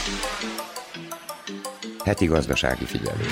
Heti gazdasági figyelő.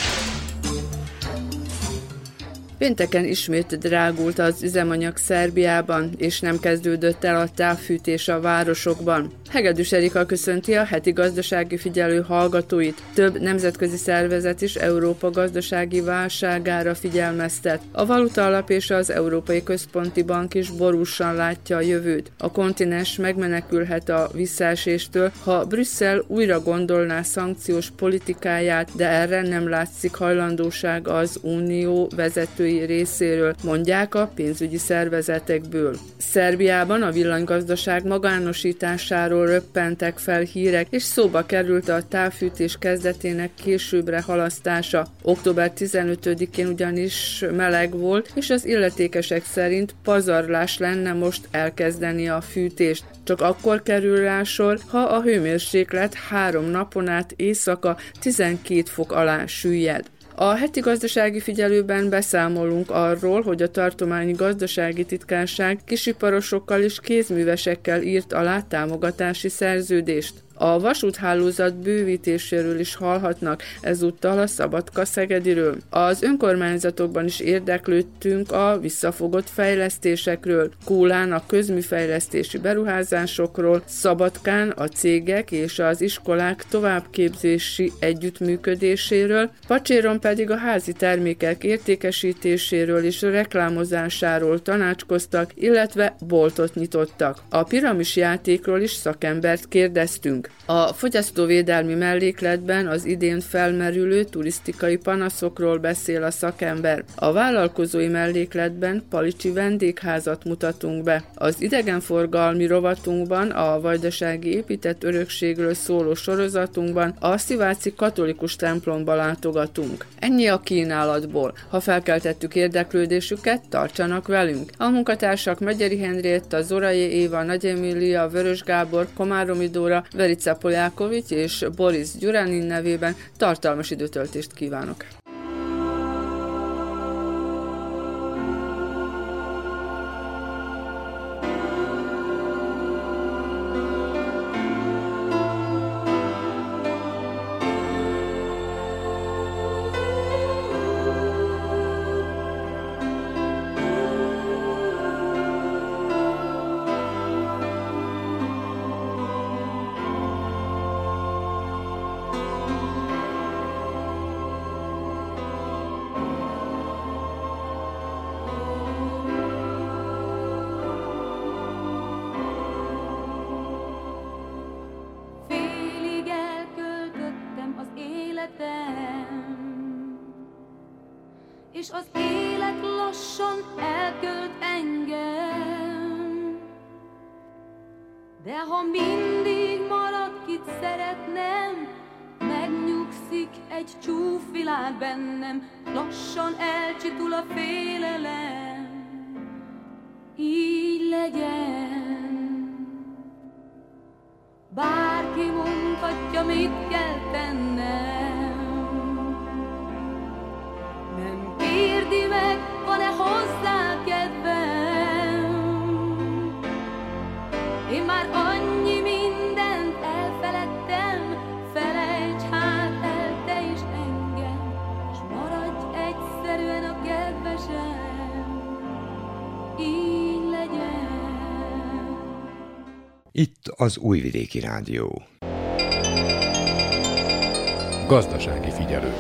Pénteken ismét drágult az üzemanyag Szerbiában, és nem kezdődött el a távfűtés a városokban. Hegedűs Erika köszönti a heti gazdasági figyelő hallgatóit. Több nemzetközi szervezet is Európa gazdasági válságára figyelmeztet. A Valutaalap és az Európai Központi Bank is borúsan látja a jövőt. A kontinens megmenekülhet a visszaeséstől, ha Brüsszel újra gondolná szankciós politikáját, de erre nem látszik hajlandóság az unió vezetői részéről, mondják a pénzügyi szervezetekből. Szerbiában a villanygazdaság magánosításáról röppentek fel hírek, és szóba került a távfűtés kezdetének későbbre halasztása. Október 15-én ugyanis meleg volt, és az illetékesek szerint pazarlás lenne most elkezdeni a fűtést. Csak akkor kerül rá sor, ha a hőmérséklet 3 napon át éjszaka 12 fok alá süllyed. A heti gazdasági figyelőben beszámolunk arról, hogy a tartományi gazdasági titkárság kisiparosokkal és kézművesekkel írt alá támogatási szerződést. A vasúthálózat bővítéséről is hallhatnak, ezúttal a Szabadka-Szegediről. Az önkormányzatokban is érdeklődtünk a visszafogott fejlesztésekről, Kólán a közműfejlesztési beruházásokról, Szabadkán a cégek és az iskolák továbbképzési együttműködéséről, Pacséron pedig a házi termékek értékesítéséről és reklámozásáról tanácskoztak, illetve boltot nyitottak. A piramis játékról is szakembert kérdeztünk. A fogyasztóvédelmi mellékletben az idén felmerülő turisztikai panaszokról beszél a szakember. A vállalkozói mellékletben palicsi vendégházat mutatunk be. Az idegenforgalmi rovatunkban, a vajdasági épített örökségről szóló sorozatunkban a sziváci katolikus templomba látogatunk. Ennyi a kínálatból. Ha felkeltettük érdeklődésüket, tartsanak velünk. A munkatársak Megyeri Henrietta, Zorai Éva, Nagy Emília, Vörös Gábor, Komáromi Dóra, Verica Poljákovics és Boris Gyuranin nevében tartalmas időtöltést kívánok. És az élet lassan elkölt engem. De ha mindig marad, kit szeretnem, megnyugszik egy csúfvilág bennem, lassan elcsitul a félelem. Így legyen. Bárki mondhatja, mit kell tennem, nem kérdi meg, van-e hozzá kedvem. Én már annyi mindent elfeledtem, felejts hát el te is engem, s maradj egyszerűen a kedvesem. Így legyen. Itt az Újvidéki Rádió. Gazdasági figyelő.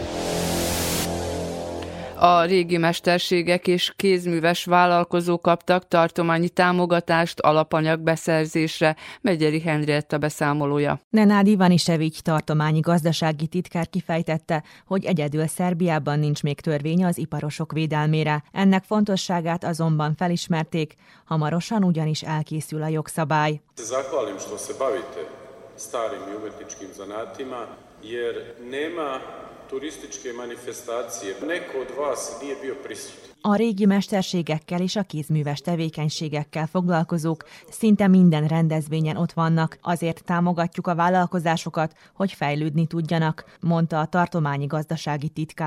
A régi mesterségek és kézműves vállalkozók kaptak tartományi támogatást alapanyag beszerzésre, Megyeri Henrietta beszámolója. Nenad Ivanisevics tartományi gazdasági titkár kifejtette, hogy egyedül Szerbiában nincs még törvény az iparosok védelmére. Ennek fontosságát azonban felismerték, hamarosan ugyanis elkészül a jogszabály. Zahvalim što se bavite starim i umetničkim zanatima, jer nema turističke manifestacije. Neko od vas nije bio prisutan. A régi mesterségekkel és a kézműves tevékenységekkel foglalkozók szinte minden rendezvényen ott vannak, azért támogatjuk a vállalkozásokat, hogy fejlődni tudjanak, mondta a tartományi gazdasági titkár.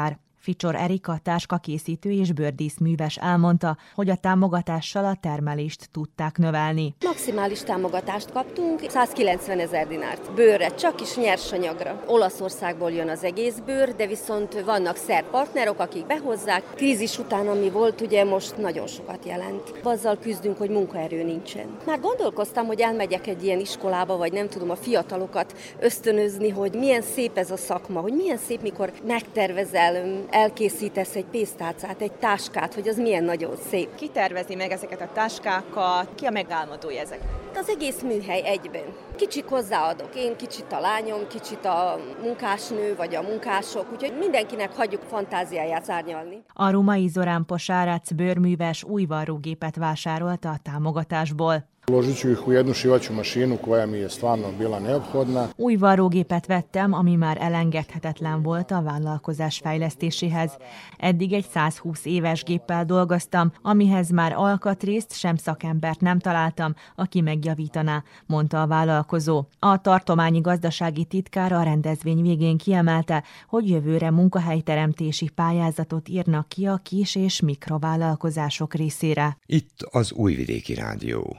Ficsor Erika táskakészítő és bőrdíszműves elmondta, hogy a támogatással a termelést tudták növelni. Maximális támogatást kaptunk, 190 000 dinárt bőrre, csak is nyersanyagra. Olaszországból jön az egész bőr, de viszont vannak szerb partnerok, akik behozzák. Krízis után, ami volt, ugye most nagyon sokat jelent. Azzal küzdünk, hogy munkaerő nincsen. Már gondolkoztam, hogy elmegyek egy ilyen iskolába, vagy nem tudom, a fiatalokat ösztönözni, hogy milyen szép ez a szakma, hogy milyen szép, mikor megtervezel, elkészítesz egy pénztárcát, egy táskát, hogy az milyen nagyon szép. Ki tervezi meg ezeket a táskákat? Ki a megálmodója ezek? Az egész műhely egyben. Kicsit hozzáadok én, kicsit a lányom, kicsit a munkásnő, vagy a munkások, úgyhogy mindenkinek hagyjuk fantáziáját szárnyalni. A Rumai Zorán Posárac bőrműves új varrógépet vásárolta a támogatásból. Uložit ću ih u jednu šivaću mašinu koja mi je stvarno bila neophodna. Új varrógépet vettem, ami már elengedhetetlen volt a vállalkozás fejlesztéséhez. Eddig egy 120 éves géppel dolgoztam, amihez már alkatrészt sem szakembert nem találtam, aki megjavítaná, mondta a vállalkozó. A tartományi gazdasági titkár a rendezvény végén kiemelte, hogy jövőre munkahelyteremtési pályázatot írnak ki a kis- és mikrovállalkozások részére. Itt az Újvidéki Rádió.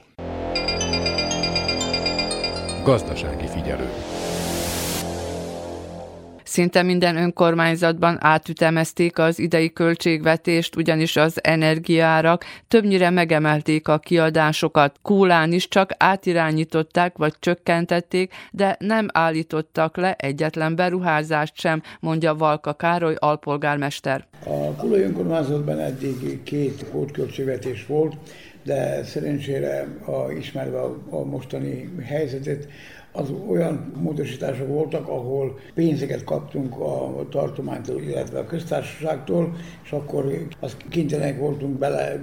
Gazdasági figyelő. Szinte minden önkormányzatban átütemezték az idei költségvetést, ugyanis az energiaárak többnyire megemelték a kiadásokat. Kúlán is csak átirányították vagy csökkentették, de nem állítottak le egyetlen beruházást sem, mondja Valka Károly alpolgármester. A Kúlai önkormányzatban eddig 2 pótköltségvetés volt, de szerencsére ismerve a mostani helyzetet, az olyan módosítások voltak, ahol pénzeket kaptunk a tartománytól, illetve a köztársaságtól, és akkor azt kénytelenek voltunk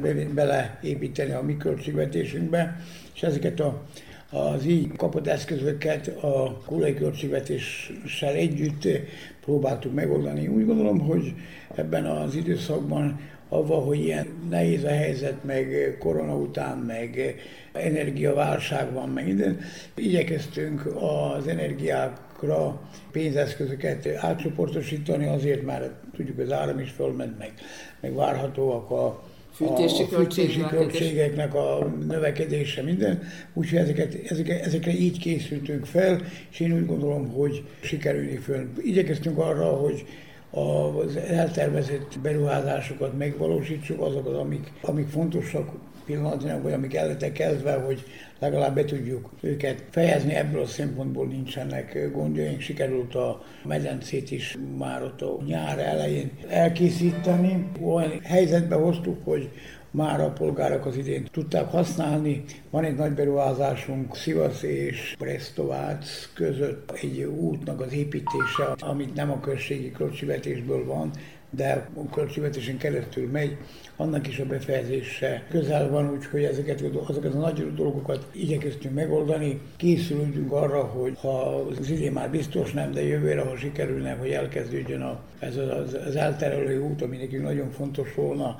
beleépíteni a mi költségvetésünkbe, és ezeket az így kapott eszközöket a kúlai költségvetéssel együtt próbáltuk megoldani. Úgy gondolom, hogy ebben az időszakban avval, hogy ilyen nehéz a helyzet, meg korona után, meg energiaválság van, meg minden, igyekeztünk az energiákra pénzeszközöket átcsoportosítani, azért már tudjuk, az áram is fölment, meg várhatóak a fűtési költségeknek a növekedése, minden. Úgyhogy ezekre így készültünk fel, és én úgy gondolom, hogy sikerülni föl. Igyekeztünk arra, hogy az eltervezett beruházásokat megvalósítsuk, azokat, amik fontosak pillanatnyilag, vagy amik el lettek kezdve, hogy legalább be tudjuk őket fejezni. Ebből a szempontból nincsenek gondjaink. Sikerült a medencét is már ott a nyár elején elkészíteni. Olyan helyzetbe hoztuk, hogy már a polgárok az idén tudták használni. Van egy nagy beruházásunk Szivasz és Brestovác között egy útnak az építése, amit nem a községi költségvetésből van, de a költségvetésen keresztül megy, annak is a befejezése közel van, úgyhogy azokat a nagy dolgokat igyekeztünk megoldani. Készülünk arra, hogy ha az idén már biztos nem, de jövőre, ha sikerülne, hogy elkezdődjön ez az elterelő út, ami nekünk nagyon fontos volna,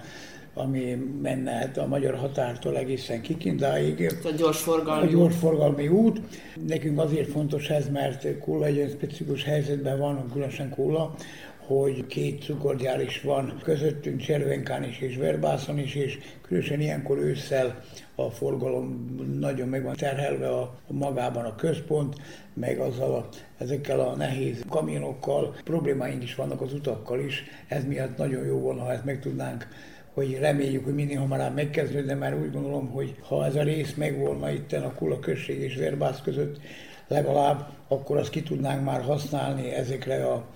ami menne a magyar határtól egészen Kikindáig. A gyorsforgalmi út. Nekünk azért fontos ez, mert Kúla egy olyan specifikus helyzetben van, különösen Kúla, hogy 2 cukorgyár is van közöttünk, Cservenkán is és Verbászon is, és különösen ilyenkor ősszel a forgalom nagyon meg van terhelve magában a központ, meg ezekkel a nehéz kamionokkal, problémáink is vannak az utakkal is, ez miatt nagyon jó volna, ha ezt meg tudnánk, hogy reméljük, hogy minél hamarabb megkezdődne, mert úgy gondolom, hogy ha ez a rész megvolna itten a Kula község és Verbász között legalább, akkor azt ki tudnánk már használni ezekre a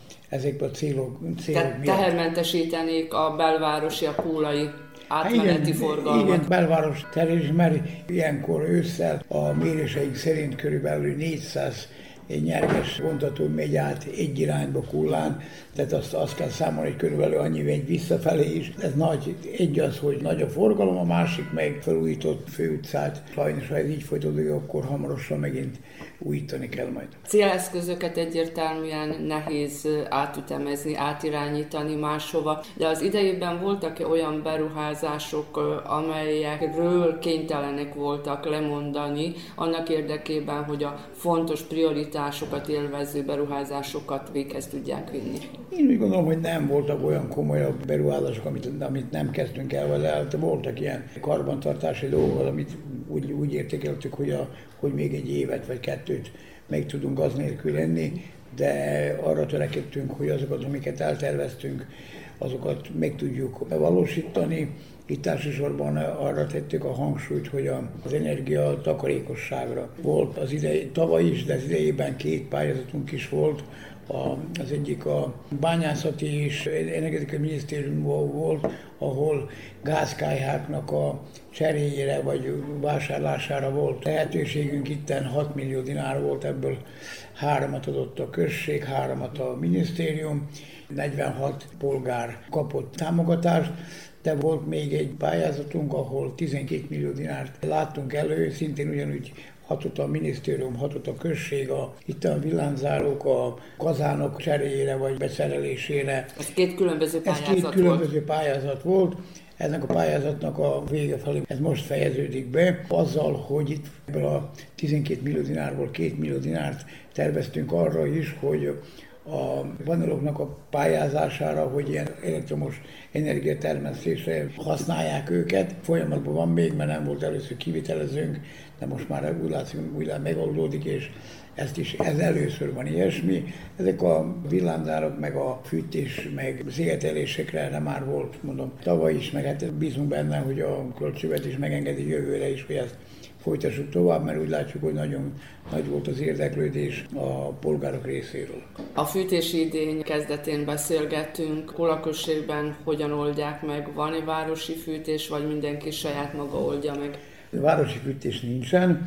célok miatt. Tehermentesítenék a belvárosi, a kúlai átmeneti forgalmat. Igen, belváros terén, mert ilyenkor ősszel a méréseink szerint körülbelül 400 nyerges vontató megy át egy irányba Kúlán, tehát azt kell számolni, hogy körülbelül annyi megy visszafelé is. Ez nagy, egy az, hogy nagy a forgalom, a másik meg felújított főutcát. Sajnos, ha ez így folytatódik, akkor hamarosan megint újítani kell majd. Céleszközöket egyértelműen nehéz átütemezni, átirányítani máshova, de az idejében voltak olyan beruházások, amelyekről kénytelenek voltak lemondani, annak érdekében, hogy a fontos prioritás prioritásokat élvező beruházásokat véghez tudják vinni? Én úgy gondolom, hogy nem voltak olyan komolyabb beruházások, amit nem kezdtünk el vele, de voltak ilyen karbantartási dolgok, amit úgy értékeltük, hogy még egy évet vagy kettőt meg tudunk gaz nélkül lenni, de arra törekedtünk, hogy azokat, amiket elterveztünk, azokat meg tudjuk valósítani. Itt elsősorban arra tettük a hangsúlyt, hogy az energia takarékosságra volt tavaly is, de az idejében 2 pályázatunk is volt. Az egyik a bányászati és energetikai minisztériumból volt, ahol gázkályháknak a cseréjére vagy vásárlására volt lehetőségünk. Itten 6 millió dinár volt, ebből 3-at adott a község, 3-at a minisztérium, 46 polgár kapott támogatást. De volt még egy pályázatunk, ahol 12 millió dinárt láttunk elő, szintén ugyanúgy hatott a minisztérium, hatott a község, itt a villámzárók, a kazánok cseréjére vagy beszerelésére. Ez 2 különböző pályázat volt? Ez 2 különböző pályázat volt. Ennek a pályázatnak a vége felé ez most fejeződik be, azzal, hogy itt ebből a 12 millió dinárból 2 millió dinárt terveztünk arra is, hogy a paneloknak a pályázására, hogy ilyen elektromos energiatermesztésre használják őket. Folyamatban van még, mert nem volt először kivitelezőnk, de most már úgy látszik, úgy megoldódik, és ez először van ilyesmi. Ezek a villámzárak, meg a fűtés, meg szigetelésekre erre már volt, mondom, tavaly is, meg hát bízunk benne, hogy a költségvetés megengedi jövőre is, hogy ezt folytassuk tovább, mert úgy látjuk, hogy nagyon nagy volt az érdeklődés a polgárok részéről. A fűtési idény kezdetén beszélgettünk, Kulaközségben hogyan oldják meg, van-e városi fűtés, vagy mindenki saját maga oldja meg? Városi fűtés nincsen,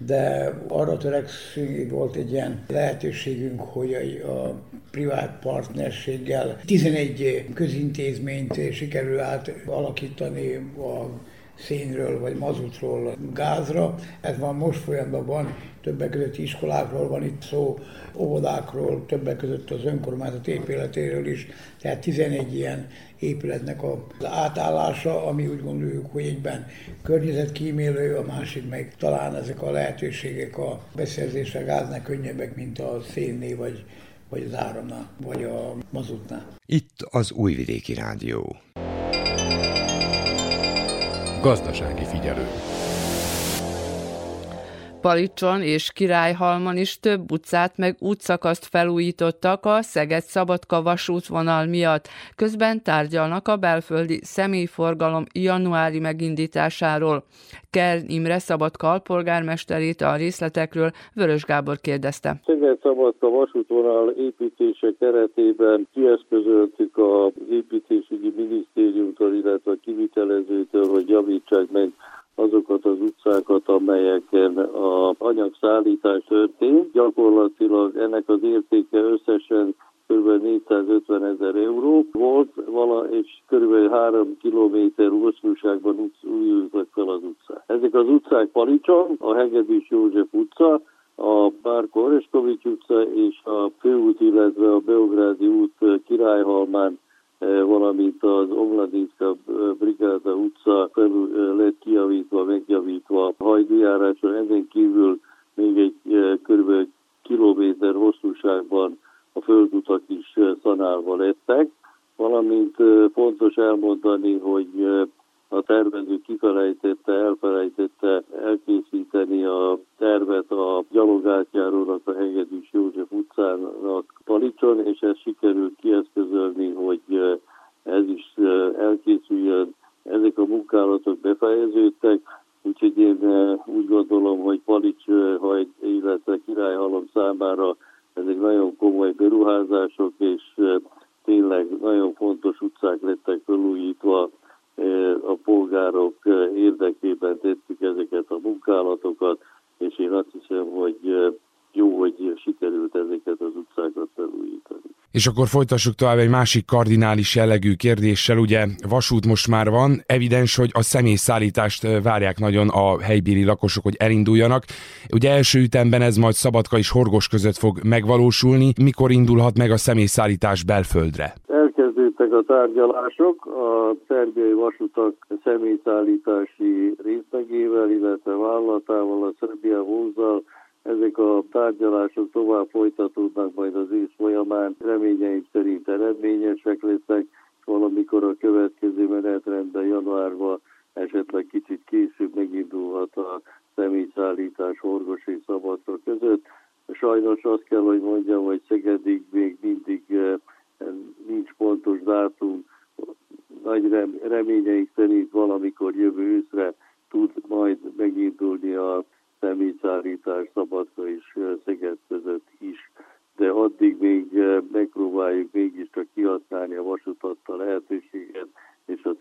de arra törekszünk, volt egy ilyen lehetőségünk, hogy a privát partnerséggel 11 közintézményt sikerül átalakítani a szénről vagy mazutról gázra. Ez van most folyamatban, többek között iskolákról van itt szó, óvodákról, többek között az önkormányzat épületéről is. Tehát 11 ilyen épületnek az átállása, ami úgy gondoljuk, hogy egyben környezetkímélő, a másik meg talán ezek a lehetőségek a beszerzésre a gáznál könnyebbek, mint a szénnél vagy az áramnál, vagy a mazutnál. Itt az Újvidéki Rádió. Gazdasági figyelő. Palicson és Királyhalmon is több utcát meg útszakaszt felújítottak a Szeged-Szabadka vasútvonal miatt. Közben tárgyalnak a belföldi személyforgalom januári megindításáról. Kern Imre Szabadka alpolgármesterét a részletekről Vörös Gábor kérdezte. Szeged-Szabadka vasútvonal építése keretében kieszközöltük az építésügyi minisztériumtól, illetve a kivitelezőtől, hogy javítsák meg azokat az utcákat, amelyeken az anyagszállítás történt. Gyakorlatilag ennek az értéke összesen kb. 450 000 euró volt, és kb. 3 kilométer hosszúságban újultak fel az utcák. Ezek az utcák Palicson, a Hegedűs József utca, a Márko Oreskovics utca és a főút, illetve a Beográdi út Királyhalmán, valamint az Omladinszka Brigáda utca felül lett kijavítva, megjavítva hajdújárásra. Ezen kívül még egy kb. Kilométer hosszúságban a földutak is szanálva lettek, valamint fontos elmondani, hogy a tervező elfelejtette elkészíteni a tervet a gyalogátjárónak, a Hegedűs József utcának Palicson, és ezt sikerült kieszközölni, hogy ez is elkészüljön. Ezek a munkálatok befejeződtek, úgyhogy én úgy gondolom, hogy Palics, illetve Királyhalom számára ezek nagyon komoly beruházások, és tényleg nagyon fontos utcák lettek felújítva. A polgárok érdekében tettük ezeket a munkálatokat, és én azt hiszem, hogy jó, hogy sikerült ezeket az utcákat felújítani. És akkor folytassuk tovább egy másik kardinális jellegű kérdéssel. Ugye vasút most már van, evidens, hogy a személyszállítást várják nagyon a helybéli lakosok, hogy elinduljanak. Ugye első ütemben ez majd Szabadka és Horgos között fog megvalósulni. Mikor indulhat meg a személyszállítás belföldre? Elkezdődtek a tárgyalások a szerbiai vasutak személyszállítási részlegével, illetve vállalatával, a Szerbia Vozzal ezek a tárgyalások tovább folytatódnak majd az ősz folyamán, reményeim szerint eredményesek lesznek, valamikor a következő menetrendben januárban esetleg kicsit később megindulhat a személyszállítás Horgos és Szabadka között. Sajnos azt kell, hogy mondjam, hogy Szegedig még mindig nincs pontos dátum. Nagy reményeink szerint valamikor jövő őszre tud majd megindulni a személyszállítás Szabadka és Szeged között is. De addig még megpróbáljuk mégiscsak kihasználni a vasútattal lehetőséget, és a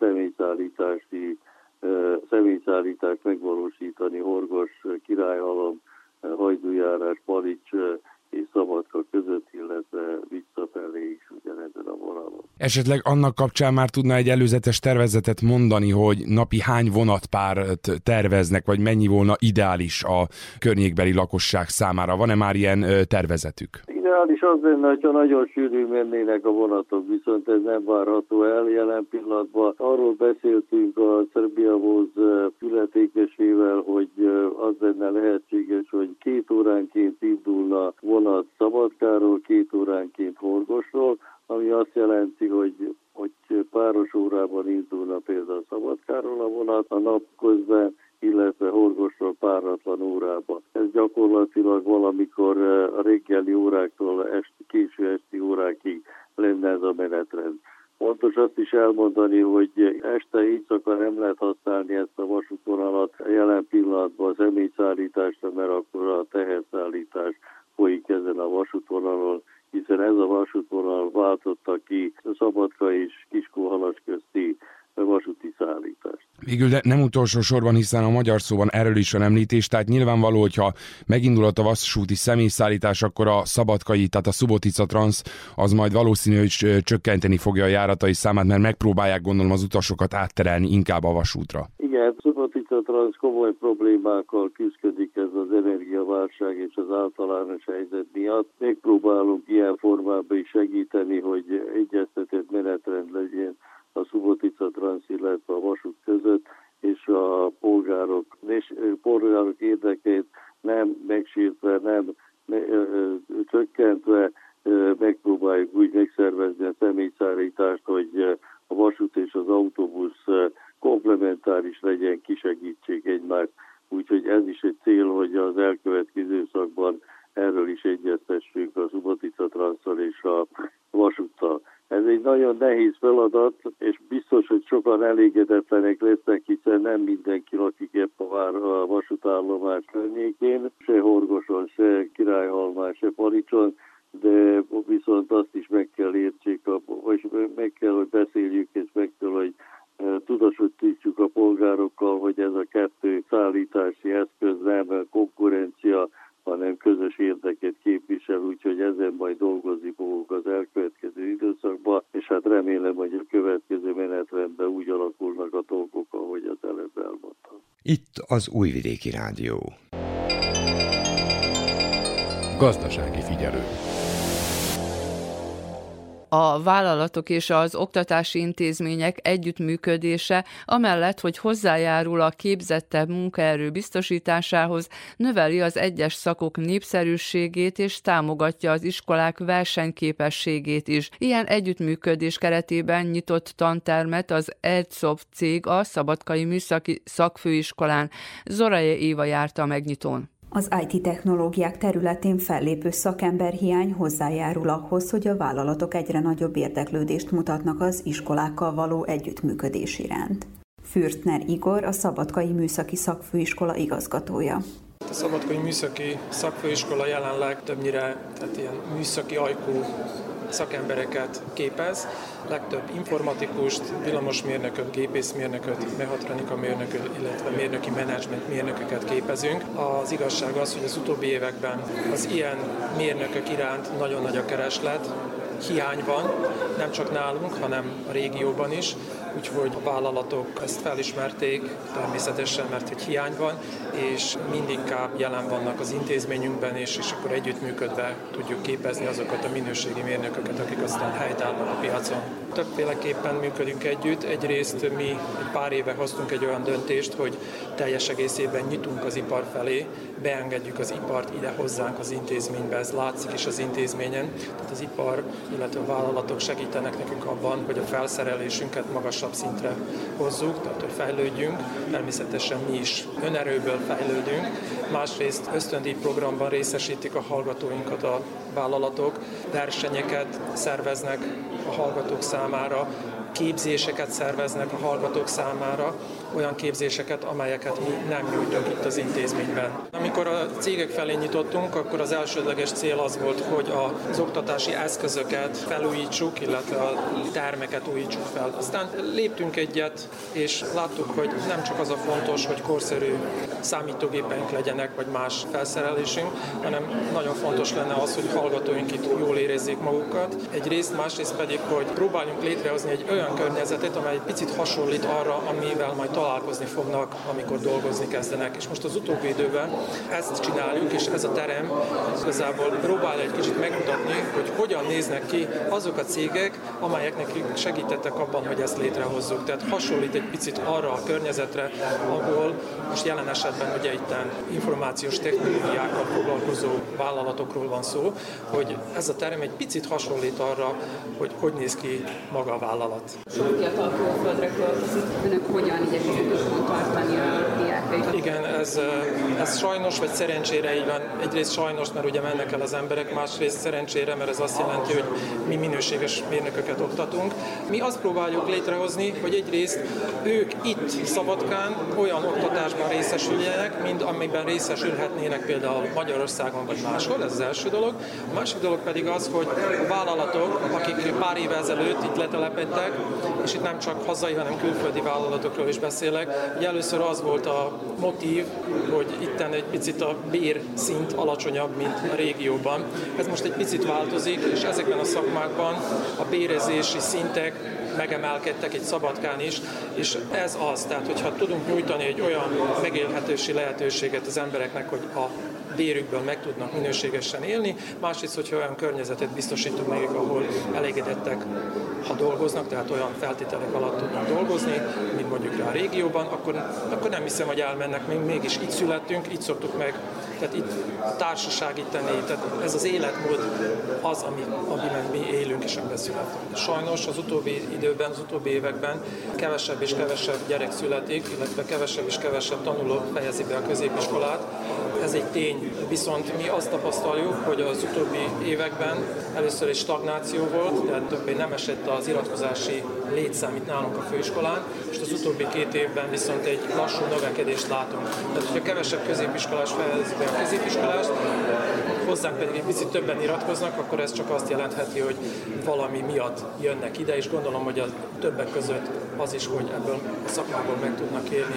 személyszállítást megvalósítani Horgos, Királyhalom, Hajdújárás, Palics és Szabadka között, illetve visszafelé is ugyanezen a vonalon. Esetleg annak kapcsán már tudna egy előzetes tervezetet mondani, hogy napi hány vonatpárt terveznek, vagy mennyi volna ideális a környékbeli lakosság számára? Van-e már ilyen tervezetük? Ideális az lenne, hogyha nagyon sűrűn mennének a vonatok, viszont ez nem várható el jelen pillanatban. Arról beszéltünk a Szerbiavoz illetékesével, hogy az lenne lehetséges, hogy 2 óránként indulna vonat Szabadkáról, 2 óránként Horgosról, ami azt jelenti, hogy páros órában indulna például Szabadkáról a vonat a nap közben, illetve Horgosról páratlan órában. Ez gyakorlatilag valamikor a reggeli óráktól késő esti órákig lenne ez a menetrend. Fontos azt is elmondani, hogy este éjszaka nem lehet használni ezt a vasútvonalat jelen pillanatban a személyszállításra, mert akkor a teherszállítás folyik ezen a vasútvonalon, hiszen ez a vasútvonal váltotta ki Szabadka és Kiskóhalas közti vasúti szállítást. Végül, de nem utolsó sorban, hiszen a magyar szóban erről is van említés, tehát nyilvánvaló, hogyha megindulhat a vasúti személyszállítás, akkor a szabadkai, tehát a Subotica Transz az majd valószínű, hogy csökkenteni fogja a járatai számát, mert megpróbálják, gondolom, az utasokat átterelni inkább a vasútra. Igen, Subotica Transz komoly problémákkal küzdik ez az energiaválság és az általános helyzet miatt. Megpróbálunk ilyen formában is segíteni, hogy egyeztetett menetrend legyen a Subotica Transz, illetve a vasút között, és a polgárok érdekeit nem megsértve, nem csökkentve megpróbáljuk úgy megszervezni a személyszállítást, hogy a vasút és az autóbusz komplementáris legyen, kisegítsék egymást. Úgyhogy ez is egy cél, hogy az elkövetkező szakban erről is egyeztessünk a Subotica Transzal és a vasúttal. Ez egy nagyon nehéz feladat, és biztos, hogy sokan elégedetlenek lesznek, hiszen nem mindenki lakik épp a vasútállomás környékén, se Horgoson, se Királyhalmán, se Palicson, de viszont azt is meg kell értsék, vagy meg kell, hogy beszéljük, és meg kell, hogy tudatosítsuk a polgárokkal, hogy ez a 2 szállítási eszköz nem konkurencia, hanem közös érdeket képvisel, úgyhogy ezen majd dolgozni fogunk az elkövetkező időszakban, és hát remélem, hogy a következő menetrendben úgy alakulnak a dolgok, ahogy az előbb elmondtam. Itt az Újvidéki Rádió. Gazdasági figyelő. A vállalatok és az oktatási intézmények együttműködése, amellett, hogy hozzájárul a képzettebb munkaerő biztosításához, növeli az egyes szakok népszerűségét és támogatja az iskolák versenyképességét is. Ilyen együttműködés keretében nyitott tantermet az EdSoft cég a Szabadkai Műszaki Szakfőiskolán. Zoraje Éva járt a megnyitón. Az IT technológiák területén fellépő szakemberhiány hozzájárul ahhoz, hogy a vállalatok egyre nagyobb érdeklődést mutatnak az iskolákkal való együttműködés iránt. Fürstner Igor, a Szabadkai Műszaki Szakfőiskola igazgatója. A Szabadkai Műszaki Szakfőiskola jelenleg többnyire ilyen műszaki ajkú szakembereket képez, legtöbb informatikust, villamosmérnököt, gépészmérnököt, mechatronika mérnököt, illetve mérnöki menedzsment mérnököket képezünk. Az igazság az, hogy az utóbbi években az ilyen mérnökök iránt nagyon nagy a kereslet, hiány van, nem csak nálunk, hanem a régióban is. úgyhogy a vállalatok ezt felismerték, természetesen, mert egy hiány van, és mindinkább jelen vannak az intézményünkben, és akkor együttműködve tudjuk képezni azokat a minőségi mérnököket, akik aztán helytállnak a piacon. Többféleképpen működünk együtt. Egyrészt mi egy pár éve hoztunk egy olyan döntést, hogy teljes egészében nyitunk az ipar felé, beengedjük az ipart ide hozzánk az intézménybe, ez látszik is az intézményen. Tehát az ipar, illetve a vállalatok segítenek nekünk abban, hogy a felszerelésünket magasabb szintre hozzuk, tehát hogy fejlődjünk. Természetesen mi is önerőből fejlődünk. Másrészt ösztöndíj programban részesítik a hallgatóinkat a vállalatok, versenyeket szerveznek a hallgatók számára, képzéseket szerveznek a hallgatók számára, olyan képzéseket, amelyeket mi nem nyújtunk itt az intézményben. Amikor a cégek felé nyitottunk, akkor az elsődleges cél az volt, hogy az oktatási eszközöket felújítsuk, illetve a termeket újítsuk fel. Aztán léptünk egyet, és láttuk, hogy nem csak az a fontos, hogy korszerű számítógépeink legyenek, vagy más felszerelésünk, hanem nagyon fontos lenne az, hogy hallgatóink itt jól érezzék magukat. Egyrészt, másrészt pedig, hogy próbáljunk létrehozni egy olyan környezetet, amely egy picit hasonlít arra, amivel majd találkozni fognak, amikor dolgozni kezdenek. És most az utóbbi időben ezt csináljuk, és ez a terem igazából próbálja egy kicsit megmutatni, hogy hogyan néznek ki azok a cégek, amelyek nekünk segítettek abban, hogy ezt létrehozzuk. Tehát hasonlít egy picit arra a környezetre, ahol most jelen esetben ugye itten információs technológiákkal foglalkozó vállalatokról van szó, hogy ez a terem egy picit hasonlít arra, hogy néz ki maga a vállalat. Sok fiatal külföldre költözik, önök hogyan igyekeznek otthon tartani a diákaikat? Igen, ez sajnos vagy szerencsére így van. Egyrészt sajnos, mert ugye mennek el az emberek, másrészt szerencsére, mert ez azt jelenti, hogy mi minőséges mérnököket oktatunk. Mi azt próbáljuk létrehozni, hogy egyrészt ők itt Szabadkán olyan oktatásban részesüljenek, mint amiben részesülhetnének például Magyarországon vagy máshol, ez az első dolog. A másik dolog pedig az, hogy a vállalatok, akik pár évvel ezelőtt itt letelepedtek, és itt nem csak hazai, hanem külföldi vállalatokról is beszélek. Ugye először az volt a motív, hogy itten egy picit a bérszint alacsonyabb, mint a régióban. Ez most egy picit változik, és ezekben a szakmákban a bérezési szintek megemelkedtek egy Szabadkán is, és ez az, tehát hogyha tudunk nyújtani egy olyan megélhetősi lehetőséget az embereknek, hogy a bérükből meg tudnak minőségesen élni, másrészt, hogyha olyan környezetet biztosítunk nekik, ahol elégedettek, ha dolgoznak, tehát olyan feltételek alatt tudnak dolgozni, mint mondjuk rá a régióban, akkor nem hiszem, hogy elmennek, még mégis itt születtünk, itt szoktuk meg, tehát itt a társaság itt tenni, tehát ez az életmód az, amiben mi élünk és amiben születünk. Sajnos az utóbbi időben, az utóbbi években kevesebb és kevesebb gyerek születik, illetve kevesebb és kevesebb tanuló fejezi be a középiskolát. Ez egy tény, viszont mi azt tapasztaljuk, hogy az utóbbi években először is stagnáció volt, tehát többé nem esett az iratkozási létszám itt nálunk a főiskolán, és az utóbbi 2 évben viszont egy lassú növekedést látunk. Tehát, hogyha kevesebb középiskolás fejezi be a középiskolást, hozzánk pedig egy picit többen iratkoznak, akkor ez csak azt jelentheti, hogy valami miatt jönnek ide, és gondolom, hogy a többek között az is, hogy ebből a szakmából meg tudnak élni,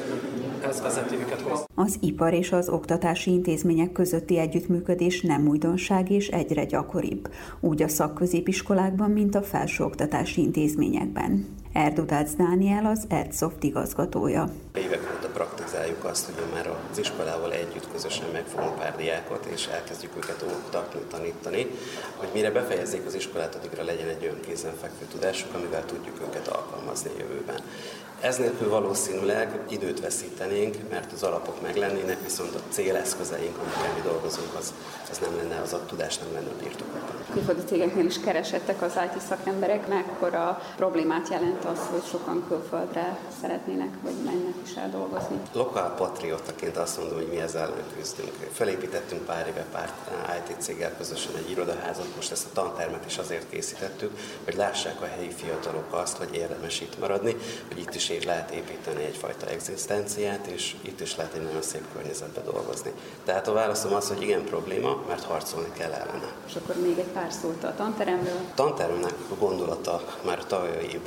ez vezeti őket hozzá. Az ipar és az oktatási intézmények közötti együttműködés nem újdonság és egyre gyakoribb, úgy a szakközépiskolákban, mint a felsőoktatási intézményekben. Erdudács Dániel az ERDSoft igazgatója. Évek óta praktizáljuk azt, hogy már az iskolával együtt közösen megfogunk pár diákot, és elkezdjük őket oktatni, tanítani, hogy mire befejezzék az iskolát, addigra legyen egy olyan kézenfekvő tudásuk, amivel tudjuk őket alkalmazni a jövőben. Ez nélkül valószínűleg időt veszítenénk, mert az alapok meglennének, viszont a céleszközeink, amikkel mi dolgozunk, az nem lenne, az a tudás nem lenne a birtokokban. Külföldi cégeknél is keresettek az IT szakemberek, mekkora problémát jelent az, hogy sokan külföldre szeretnének, vagy mennek is el dolgozni? Lokál patriótaként azt mondom, hogy mi ezzel ellen küzdünk. Felépítettünk pár éve pár IT céggel közösen egy irodaházat, most ezt a tantermet is azért készítettük, hogy lássák a helyi fiatalok azt, hogy érdemes itt maradni, hogy itt is lehet építeni egyfajta egzisztenciát, és itt is lehet egy nagyon szép környezetben dolgozni. Tehát a válaszom az, hogy igen probléma, mert harcolni kell ellene. És akkor még egy pár szót a tanteremről. A tanteremnek a gondolata már tavalyi évben megszületett.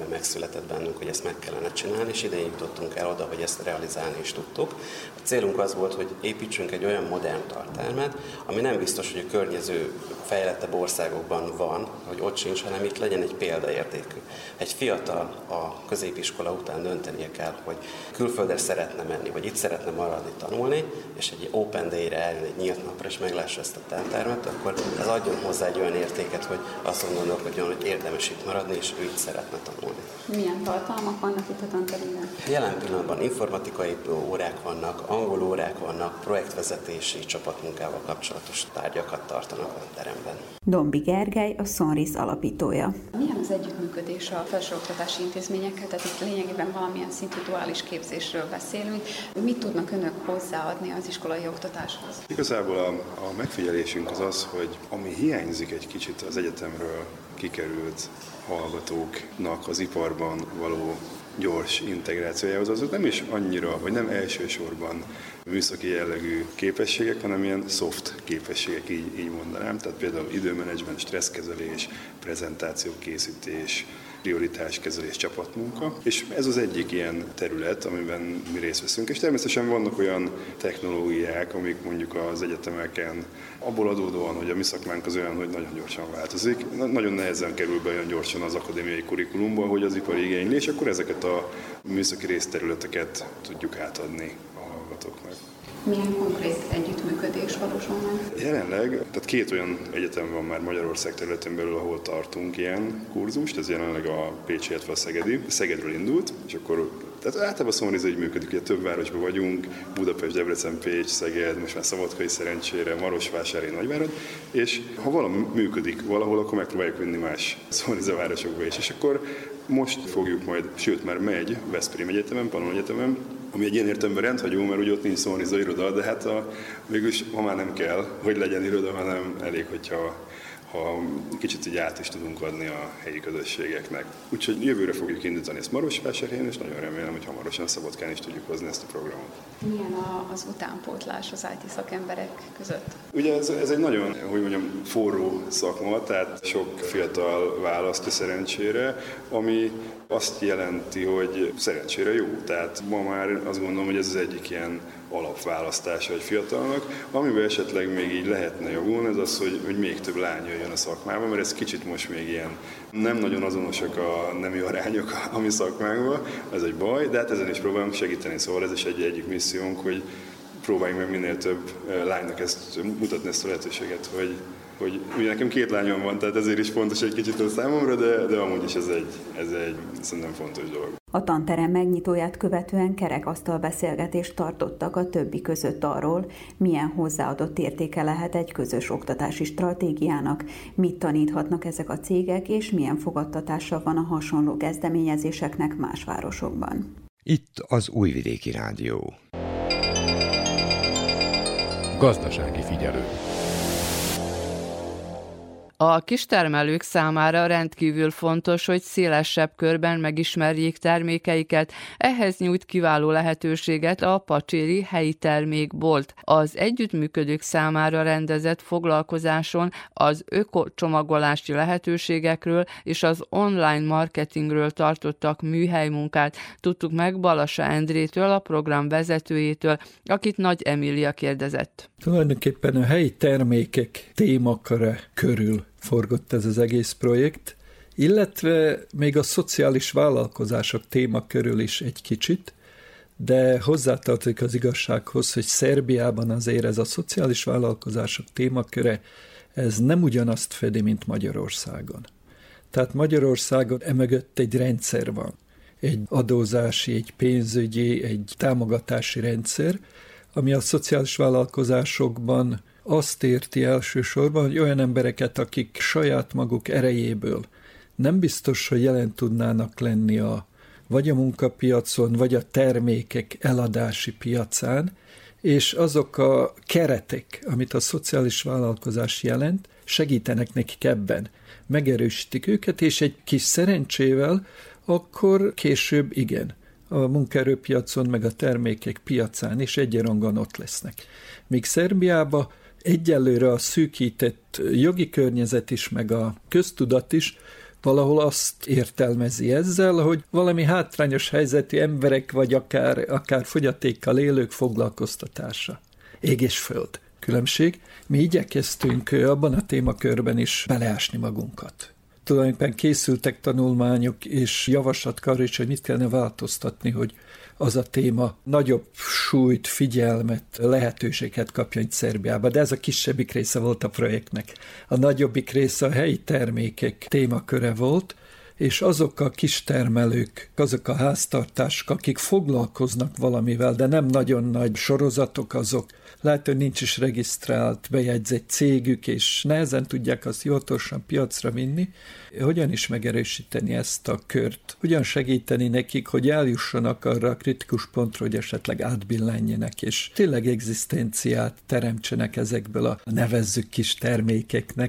született bennünk, hogy ezt meg kellene csinálni, és idején jutottunk el oda, hogy ezt realizálni is tudtuk. A célunk az volt, hogy építsünk egy olyan modern tartermet, ami nem biztos, hogy a környező fejlettebb országokban van, hogy ott sincs, hanem itt legyen egy példaértékű. Egy fiatal a középiskola után döntenie kell, hogy külföldre szeretne menni, vagy itt szeretne maradni, tanulni, és egy open day-re eljön, egy nyílt napra, és meglássa ezt a tantermet, akkor ez adjon hozzá egy olyan értéket, hogy azt gondolkodjon, hogy érdemes itt maradni, és ő itt szeretne tanulni. Milyen tartalmak vannak itt a tanteremben? Jelen pillanatban informatikai órák vannak, angol órák vannak, projektvezetési csapatmunkával kapcsolatos tárgyakat tartanak a teremben. Dombi Gergely, a Sonris alapítója. Milyen az együttműködés a felsőoktatási intézményekkel? Tehát itt lényegében valamilyen szintű duális képzésről beszélünk. Mit tudnak önök hozzáadni az iskolai oktatáshoz? Igazából a megfigyelésünk az, hogy ami hiányzik egy kicsit az egyetemről kikerült hallgatóknak az iparban való gyors integrációjához, az nem is annyira, vagy nem elsősorban műszaki jellegű képességek, hanem ilyen soft képességek, így mondanám. Tehát például időmenedzsment, stresszkezelés, prezentációkészítés, prioritáskezelés, csapatmunka. És ez az egyik ilyen terület, amiben mi részt veszünk. És természetesen vannak olyan technológiák, amik mondjuk az egyetemeken abból adódóan, hogy a mi szakmánk az olyan, hogy nagyon gyorsan változik. Nagyon nehezen kerül be olyan gyorsan az akadémiai kurikulumba, hogy az ipari igénylés, akkor ezeket a műszaki részterületeket tudjuk átadni a hallgatóknak. Milyen konkrét együttműködés valósul meg? Jelenleg, tehát 2 olyan egyetem van már Magyarország területén belül, ahol tartunk ilyen kurzust, ez jelenleg a pécsi, illetve a szegedi. Szegedről indult, és akkor tehát általában Sonris így működik, ugye több városban vagyunk, Budapest, Debrecen, Pécs, Szeged, most már Szabadkai szerencsére, Marosvásárhely, Nagyvárad, és ha valami működik valahol, akkor megpróbáljuk vinni más Sonris városokba is. És akkor most fogjuk majd, sőt már megy Veszprém Egyetemen, Pannon Egyetemen, ami egy ilyen értelemben rendhagyó, mert ugye ott nincs Sonris iroda, de hát végülis ma már nem kell, hogy legyen iroda, hanem elég, hogyha kicsit így át is tudunk adni a helyi közösségeknek. Úgyhogy jövőre fogjuk indítani ezt Marosvásárhelyen, és nagyon remélem, hogy hamarosan Szabadkán is tudjuk hozni ezt a programot. Milyen az utánpótlás az IT szakemberek között? Ugye ez egy nagyon, hogy mondjam, forró szakma, tehát sok fiatal választja szerencsére, ami azt jelenti, hogy szerencsére jó. Tehát ma már azt gondolom, hogy ez az egyik ilyen alapválasztása egy fiatalnak. Amiben esetleg még így lehetne javulni, ez az, hogy még több lány jöjjön a szakmába, mert ez kicsit most még ilyen nem nagyon azonosak a nemi arányok a mi szakmánkban, ez egy baj, de hát ezen is próbálunk segíteni, szóval ez is egyik missziónk, hogy próbáljunk meg minél több lánynak mutatni ezt a lehetőséget, hogy ugye nekem 2 lányom van, tehát ezért is fontos egy kicsit a számomra, de amúgy is ez egy szerintem fontos dolog. A tanterem megnyitóját követően kerekasztal beszélgetést tartottak a többi között arról, milyen hozzáadott értéke lehet egy közös oktatási stratégiának, mit taníthatnak ezek a cégek, és milyen fogadtatása van a hasonló kezdeményezéseknek más városokban. Itt az Újvidéki Rádió. Gazdasági figyelő. A kistermelők számára rendkívül fontos, hogy szélesebb körben megismerjék termékeiket, ehhez nyújt kiváló lehetőséget a pacséri helyi termékbolt. Az együttműködők számára rendezett foglalkozáson az ökocsomagolási lehetőségekről és az online marketingről tartottak műhelymunkát. Tudtuk meg Balassa Endrétől, a program vezetőjétől, akit Nagy Emília kérdezett. Tulajdonképpen a helyi termékek témaköre körül forgott ez az egész projekt, illetve még a szociális vállalkozások téma körül is egy kicsit, de hozzátartozik az igazsághoz, hogy Szerbiában azért ez a szociális vállalkozások témaköre, ez nem ugyanazt fedi, mint Magyarországon. Tehát Magyarországon emögött egy rendszer van, egy adózási, egy pénzügyi, egy támogatási rendszer, ami a szociális vállalkozásokban azt érti elsősorban, hogy olyan embereket, akik saját maguk erejéből nem biztos, hogy jelen tudnának lenni vagy a munkapiacon, vagy a termékek eladási piacán, és azok a keretek, amit a szociális vállalkozás jelent, segítenek nekik ebben. Megerősítik őket, és egy kis szerencsével akkor később igen, a munkaerőpiacon, meg a termékek piacán is egyarangon ott lesznek. Míg Szerbiában egyelőre a szűkített jogi környezet is, meg a köztudat is valahol azt értelmezi ezzel, hogy valami hátrányos helyzetű emberek, vagy akár fogyatékkal élők foglalkoztatása. Ég és föld különbség. Mi igyekeztünk abban a témakörben is beleásni magunkat. Tulajdonképpen készültek tanulmányok és javaslatok arra is, hogy mit kellene változtatni, hogy az a téma nagyobb súlyt, figyelmet, lehetőséget kapja itt Szerbiába, de ez a kisebbik része volt a projektnek. A nagyobbik része a helyi termékek témaköre volt, és azok a kistermelők, azok a háztartások, akik foglalkoznak valamivel, de nem nagyon nagy sorozatok azok, lehet, hogy nincs is regisztrált, bejegyzett cégük, és nehezen tudják azt hivatalosan piacra vinni. Hogyan is megerősíteni ezt a kört? Hogyan segíteni nekik, hogy eljussanak arra a kritikus pontra, hogy esetleg átbillenjenek, és tényleg egzisztenciát teremtsenek ezekből a nevezzük kis termékeknek,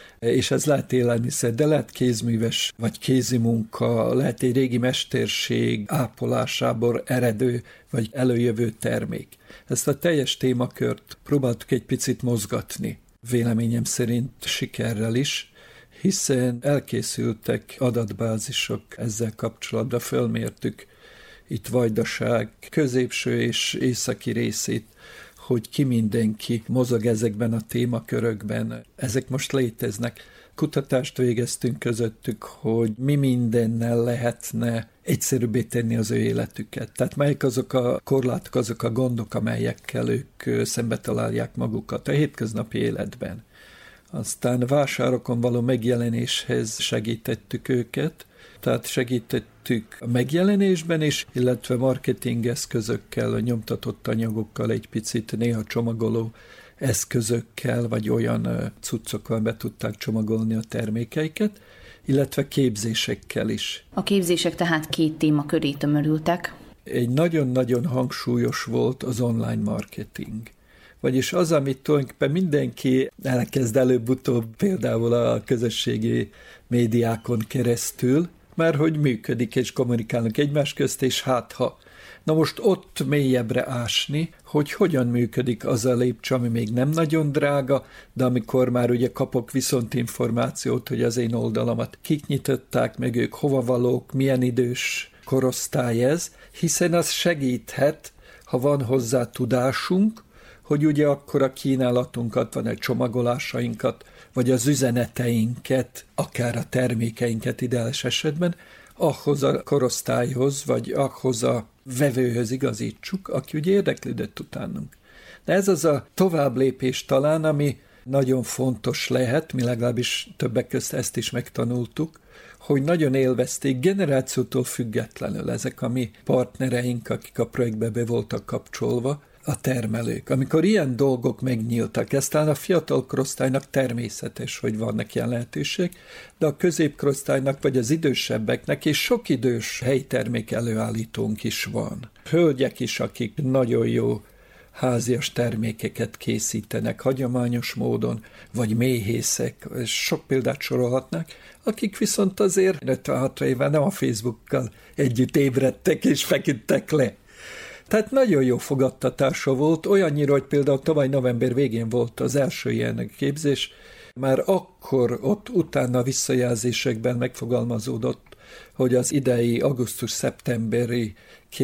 és ez lehet élelmiszer, de lehet kézműves, vagy kézi munka, lehet egy régi mesterség ápolásából eredő, vagy előjövő termék. Ezt a teljes témakört próbáltuk egy picit mozgatni, véleményem szerint sikerrel is, hiszen elkészültek adatbázisok ezzel kapcsolatban, fölmértük itt Vajdaság középső és északi részét, hogy ki mindenki mozog ezekben a témakörökben. Ezek most léteznek. Kutatást végeztünk közöttük, hogy mi mindennel lehetne egyszerűbbé tenni az ő életüket. Tehát melyek azok a korlátok, azok a gondok, amelyekkel ők szembe találják magukat a hétköznapi életben. Aztán vásárokon való megjelenéshez segítettük őket, tehát segítettük a megjelenésben is, illetve marketing eszközökkel, a nyomtatott anyagokkal, egy picit néha csomagoló eszközökkel, vagy olyan cuccokkal be tudták csomagolni a termékeiket, illetve képzésekkel is. A képzések tehát 2 témaköré tömörültek. Egy nagyon-nagyon hangsúlyos volt az online marketing. Vagyis az, amit tulajdonképpen mindenki elkezd előbb-utóbb, például a közösségi médiákon keresztül, mert hogy működik és kommunikálnak egymás közt, és ha. Na most ott mélyebbre ásni, hogy hogyan működik az a lépcső, ami még nem nagyon drága, de amikor már ugye kapok viszont információt, hogy az én oldalamat kik nyitották, meg ők hova valók, milyen idős korosztály ez, hiszen az segíthet, ha van hozzá tudásunk, hogy ugye akkor a kínálatunkat, van egy csomagolásainkat, vagy az üzeneteinket, akár a termékeinket ideális esetben, ahhoz a korosztályhoz, vagy ahhoz a vevőhöz igazítsuk, aki ugye érdeklődött utánunk. De ez az a továbblépés talán, ami nagyon fontos lehet, mi legalábbis többek közt ezt is megtanultuk, hogy nagyon élvezték generációtól függetlenül ezek a mi partnereink, akik a projektbe be voltak kapcsolva, a termelők. Amikor ilyen dolgok megnyíltak, ez talán a fiatal korosztálynak természetes, hogy vannak ilyen lehetőség, de a középkorosztálynak vagy az idősebbeknek, és sok idős helytermék előállítónk is van. Hölgyek is, akik nagyon jó házias termékeket készítenek hagyományos módon, vagy méhészek, és sok példát sorolhatnak, akik viszont azért 56 éve nem a Facebookkal együtt ébredtek és feküdtek le. Tehát nagyon jó fogadtatása volt, olyannyira, hogy például tavaly november végén volt az első ilyen képzés, már akkor ott utána a visszajelzésekben megfogalmazódott, hogy az idei augusztus-szeptemberi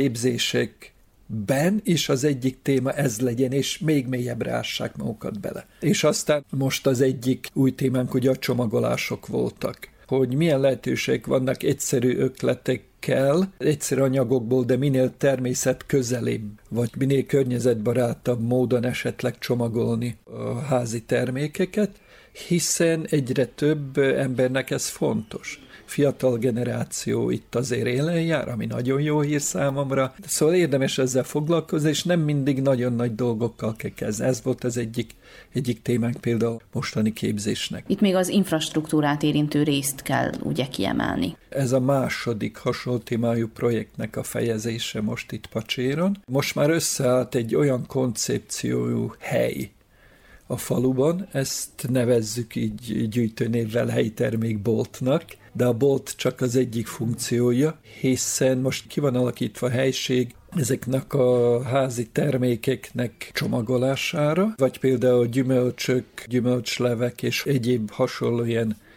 képzésekben is az egyik téma ez legyen, és még mélyebbre ássák magukat bele. És aztán most az egyik új témánk ugye a csomagolások voltak, hogy milyen lehetőségek vannak egyszerű ötletekkel, egyszerű anyagokból, de minél természet közelibb, vagy minél környezetbarátabb módon esetleg csomagolni a házi termékeket, hiszen egyre több embernek ez fontos. Fiatal generáció itt azért élen jár, ami nagyon jó hír számomra. Szóval érdemes ezzel foglalkozni, és nem mindig nagyon nagy dolgokkal kell kezdeni. Ez volt az egyik témánk például mostani képzésnek. Itt még az infrastruktúrát érintő részt kell ugye kiemelni. Ez a második hasonló témájú projektnek a fejezése most itt Pacséron. Most már összeállt egy olyan koncepciójú hely a faluban, ezt nevezzük így gyűjtőnévvel helyi termékboltnak, de a bolt csak az egyik funkciója, hiszen most ki van alakítva a helység ezeknek a házi termékeknek csomagolására, vagy például gyümölcsök, gyümölcslevek és egyéb hasonló ilyen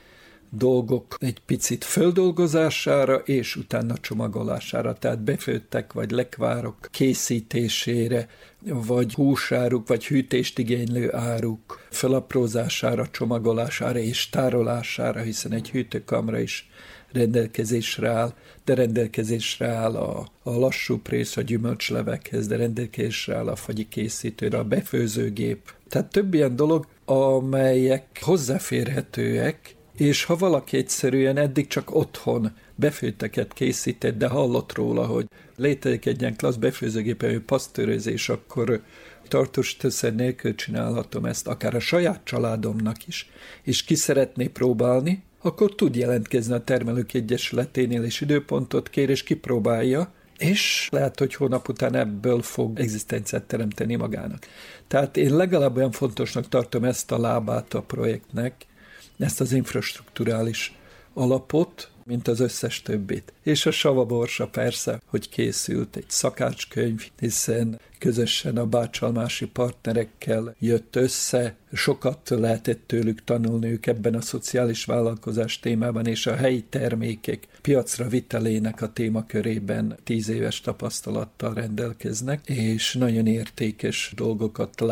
dolgok egy picit földolgozására és utána csomagolására, tehát befőttek vagy lekvárok készítésére, vagy húsáruk, vagy hűtést igénylő áruk felaprózására, csomagolására és tárolására, hiszen egy hűtőkamra is rendelkezésre áll, de rendelkezésre áll a lassú prész a gyümölcslevekhez, de rendelkezésre áll a fagyi készítőre, a befőzőgép. Tehát több ilyen dolog, amelyek hozzáférhetőek, és ha valaki egyszerűen eddig csak otthon befőtteket készített, de hallott róla, hogy létezik egy ilyen klassz befőzőgépelő pasztőrözés, akkor tartós tőszer nélkül csinálhatom ezt, akár a saját családomnak is, és ki szeretné próbálni, akkor tud jelentkezni a Termelők Egyesületénél, és időpontot kér, és kipróbálja, és lehet, hogy hónap után ebből fog egzisztenciát teremteni magának. Tehát én legalább olyan fontosnak tartom ezt a lábát a projektnek, ezt az infrastrukturális alapot, mint az összes többit. És a savaborsa persze, hogy készült egy szakácskönyv, hiszen közösen a bácsalmási partnerekkel jött össze, sokat lehetett tőlük tanulni, ők ebben a szociális vállalkozás témában és a helyi termékek piacra vitelének a témakörében 10 éves tapasztalattal rendelkeznek, és nagyon értékes dolgokat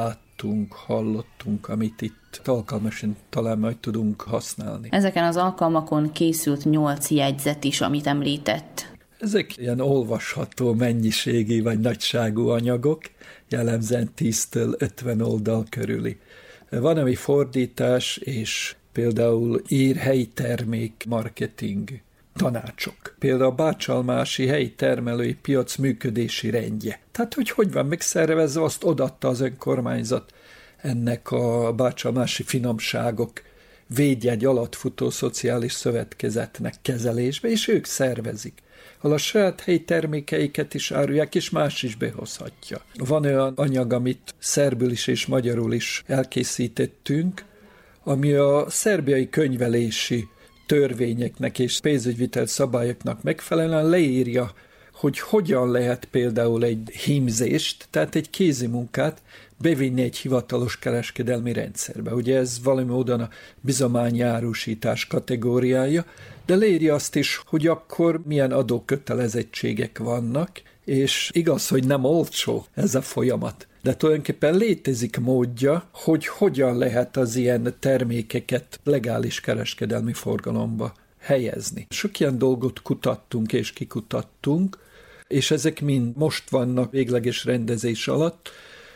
hallottunk, amit itt alkalmasan talán majd tudunk használni. Ezeken az alkalmakon készült 8 jegyzet is, amit említett. Ezek ilyen olvasható mennyiségi vagy nagyságú anyagok, jellemzően 10-től 50 oldal körüli. Van, ami fordítás, és például ír helyi termék marketing tanácsok. Például a bácsalmási helyi termelői piac működési rendje. Tehát, hogy van megszervezve, azt odaadta az önkormányzat ennek a bácsalmási finomságok védjegy alatt futó szociális szövetkezetnek kezelésbe, és ők szervezik. A saját helyi termékeiket is árulják, és más is behozhatja. Van olyan anyag, amit szerbül is és magyarul is elkészítettünk, ami a szerbiai könyvelési törvényeknek és pénzügyvitel szabályoknak megfelelően leírja, hogy hogyan lehet például egy hímzést, tehát egy kézimunkát bevinni egy hivatalos kereskedelmi rendszerbe. Ugye ez valami módon a bizományárusítás kategóriája, de leírja azt is, hogy akkor milyen adókötelezettségek vannak, és igaz, hogy nem olcsó ez a folyamat. De tulajdonképpen létezik módja, hogy hogyan lehet az ilyen termékeket legális kereskedelmi forgalomba helyezni. Sok ilyen dolgot kutattunk és kikutattunk, és ezek mind most vannak végleges rendezés alatt.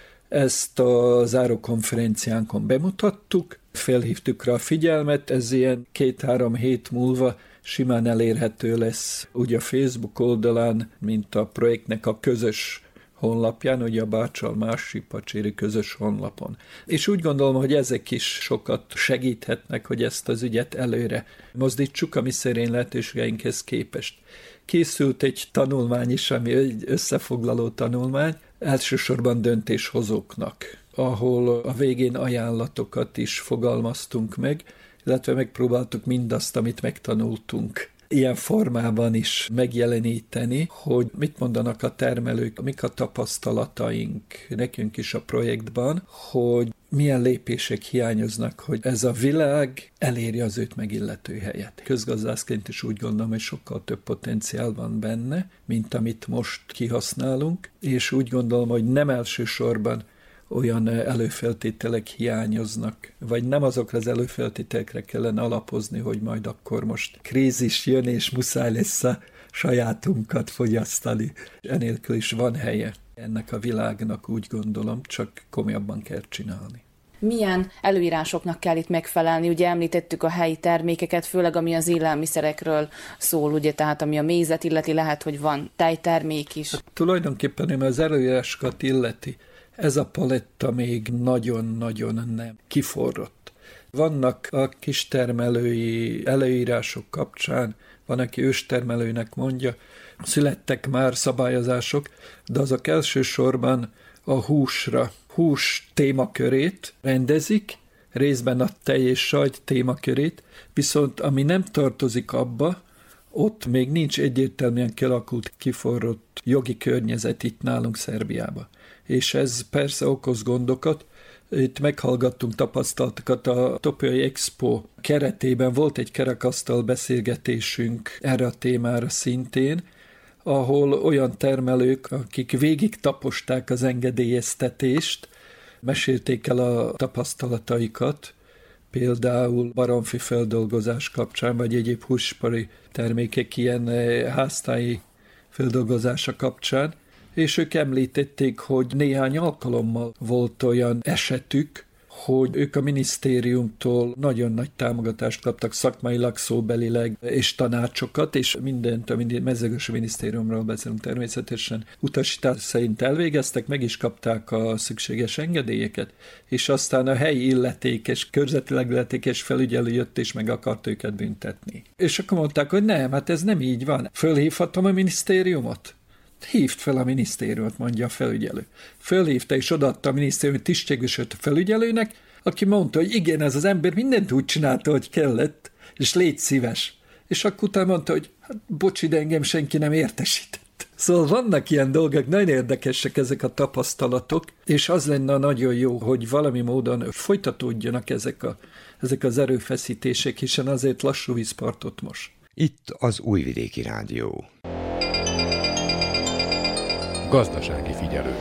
Ezt a zárókonferenciánkon bemutattuk, felhívtuk rá a figyelmet, ez ilyen 2-3 hét múlva simán elérhető lesz úgy a Facebook oldalán, mint a projektnek a közös honlapján, ugye a Bácsalmási Pacséri közös honlapon. És úgy gondolom, hogy ezek is sokat segíthetnek, hogy ezt az ügyet előre mozdítsuk, ami szerény lehetőségeinkhez képest. Készült egy tanulmány is, ami egy összefoglaló tanulmány, elsősorban döntéshozóknak, ahol a végén ajánlatokat is fogalmaztunk meg, illetve megpróbáltuk mindazt, amit megtanultunk ilyen formában is megjeleníteni, hogy mit mondanak a termelők, mik a tapasztalataink nekünk is a projektben, hogy milyen lépések hiányoznak, hogy ez a világ elérje az őt megillető helyet. Közgazdászként is úgy gondolom, hogy sokkal több potenciál van benne, mint amit most kihasználunk, és úgy gondolom, hogy nem elsősorban olyan előfeltételek hiányoznak, vagy nem azokra az előfeltételekre kellene alapozni, hogy majd akkor most krízis jön, és muszáj lesz a sajátunkat fogyasztani. Enélkül is van helye ennek a világnak, úgy gondolom, csak komolyabban kell csinálni. Milyen előírásoknak kell itt megfelelni? Ugye említettük a helyi termékeket, főleg ami az élelmiszerekről szól, ugye, tehát ami a mézet illeti, lehet, hogy van tejtermék is. Hát, tulajdonképpen ami az előírásokat illeti, ez a paletta még nagyon-nagyon nem kiforrott. Vannak a kistermelői előírások kapcsán, van, aki őstermelőnek mondja, születtek már szabályozások, de azok elsősorban a hús témakörét rendezik, részben a tej és sajt témakörét, viszont ami nem tartozik abba, ott még nincs egyértelműen kialakult, kiforrott jogi környezet itt nálunk Szerbiában. És ez persze okoz gondokat, Itt meghallgattunk tapasztalatokat a Topolyai Expo keretében. Volt egy kerekasztal beszélgetésünk erre a témára szintén, ahol olyan termelők, akik végig taposták az engedélyeztetést, mesélték el a tapasztalataikat, például baromfi feldolgozás kapcsán, vagy egyéb húspari termékek ilyen háztáji feldolgozása kapcsán, és ők említették, hogy néhány alkalommal volt olyan esetük, hogy ők a minisztériumtól nagyon nagy támogatást kaptak szakmailag, szóbelileg és tanácsokat, és mindent a mezőgazdasági minisztériumról beszélünk természetesen utasítás szerint elvégeztek, meg is kapták a szükséges engedélyeket, és aztán a helyi illetékes, körzetileg illetékes felügyelő jött és meg akart őket büntetni. És akkor mondták, hogy nem, hát ez nem így van. Fölhívhatom a minisztériumot? Hívd fel a minisztériumot, mondja a felügyelő. Fölhívta és odaadta a minisztérium tisztségviselőt a felügyelőnek, aki mondta, hogy igen, ez az ember mindent úgy csinálta, hogy kellett, és légy szíves. És akkor utána mondta, hogy hát bocsi, de engem senki nem értesített. Szóval vannak ilyen dolgok, nagyon érdekesek ezek a tapasztalatok, és az lenne nagyon jó, hogy valami módon folytatódjanak ezek az erőfeszítések, hiszen azért lassú vízpartot most. Itt az Újvidéki Rádió. Gazdasági figyelő.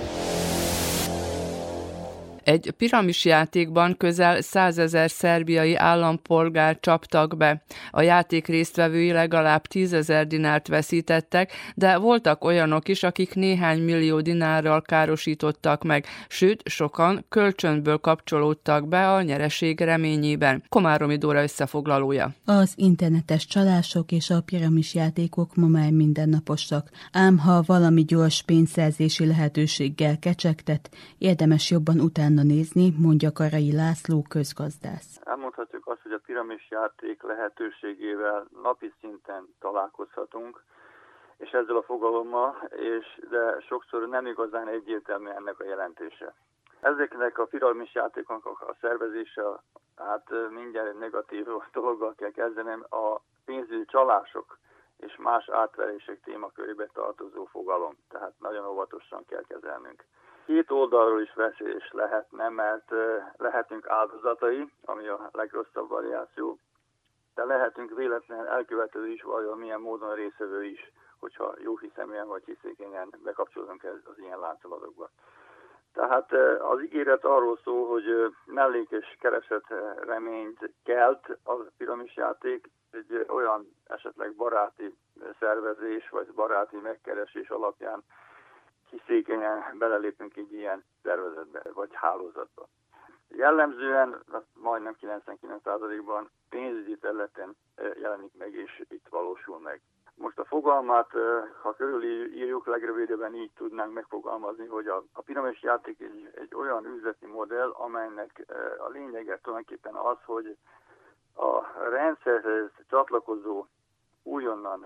Egy piramis játékban közel 100 000 szerbiai állampolgár csaptak be. A játék résztvevői legalább 10 000 dinárt veszítettek, de voltak olyanok is, akik néhány millió dinárral károsítottak meg, sőt, sokan kölcsönből kapcsolódtak be a nyereség reményében. Komáromi Dóra összefoglalója. Az internetes csalások és a piramis játékok ma már mindennaposak, ám ha valami gyors pénzszerzési lehetőséggel kecsegtet, érdemes jobban utána nézni, mondja Karai László közgazdász. Elmondhatjuk azt, hogy a piramis játék lehetőségével napi szinten találkozhatunk, és ezzel a fogalommal, de sokszor nem igazán egyértelmű ennek a jelentése. Ezeknek a piramis játékoknak a szervezése, hát mindjárt negatív dologgal kell kezdenem, a pénzügyi csalások és más átverések témakörébe tartozó fogalom, tehát nagyon óvatosan kell kezelnünk. Két oldalról is veszélyes lehetne, mert lehetünk áldozatai, ami a legrosszabb variáció, de lehetünk véletlenül elkövető is, valamilyen módon részevő is, hogyha jó hiszeműen vagy hiszékenyen bekapcsolunk az ilyen láncolatokba. Tehát az ígéret arról szól, hogy mellékes kereset reményt kelt a piramisjáték, egy olyan esetleg baráti szervezés vagy baráti megkeresés alapján hiszékenyen belelépünk egy ilyen szervezetbe vagy hálózatba. Jellemzően majdnem 99%-ban pénzügyi területen jelenik meg és itt valósul meg. Most a fogalmát, ha körülírjuk, legrövidebben így tudnánk megfogalmazni, hogy a piramis játék egy olyan üzleti modell, amelynek a lényege tulajdonképpen az, hogy a rendszerhez csatlakozó újonnan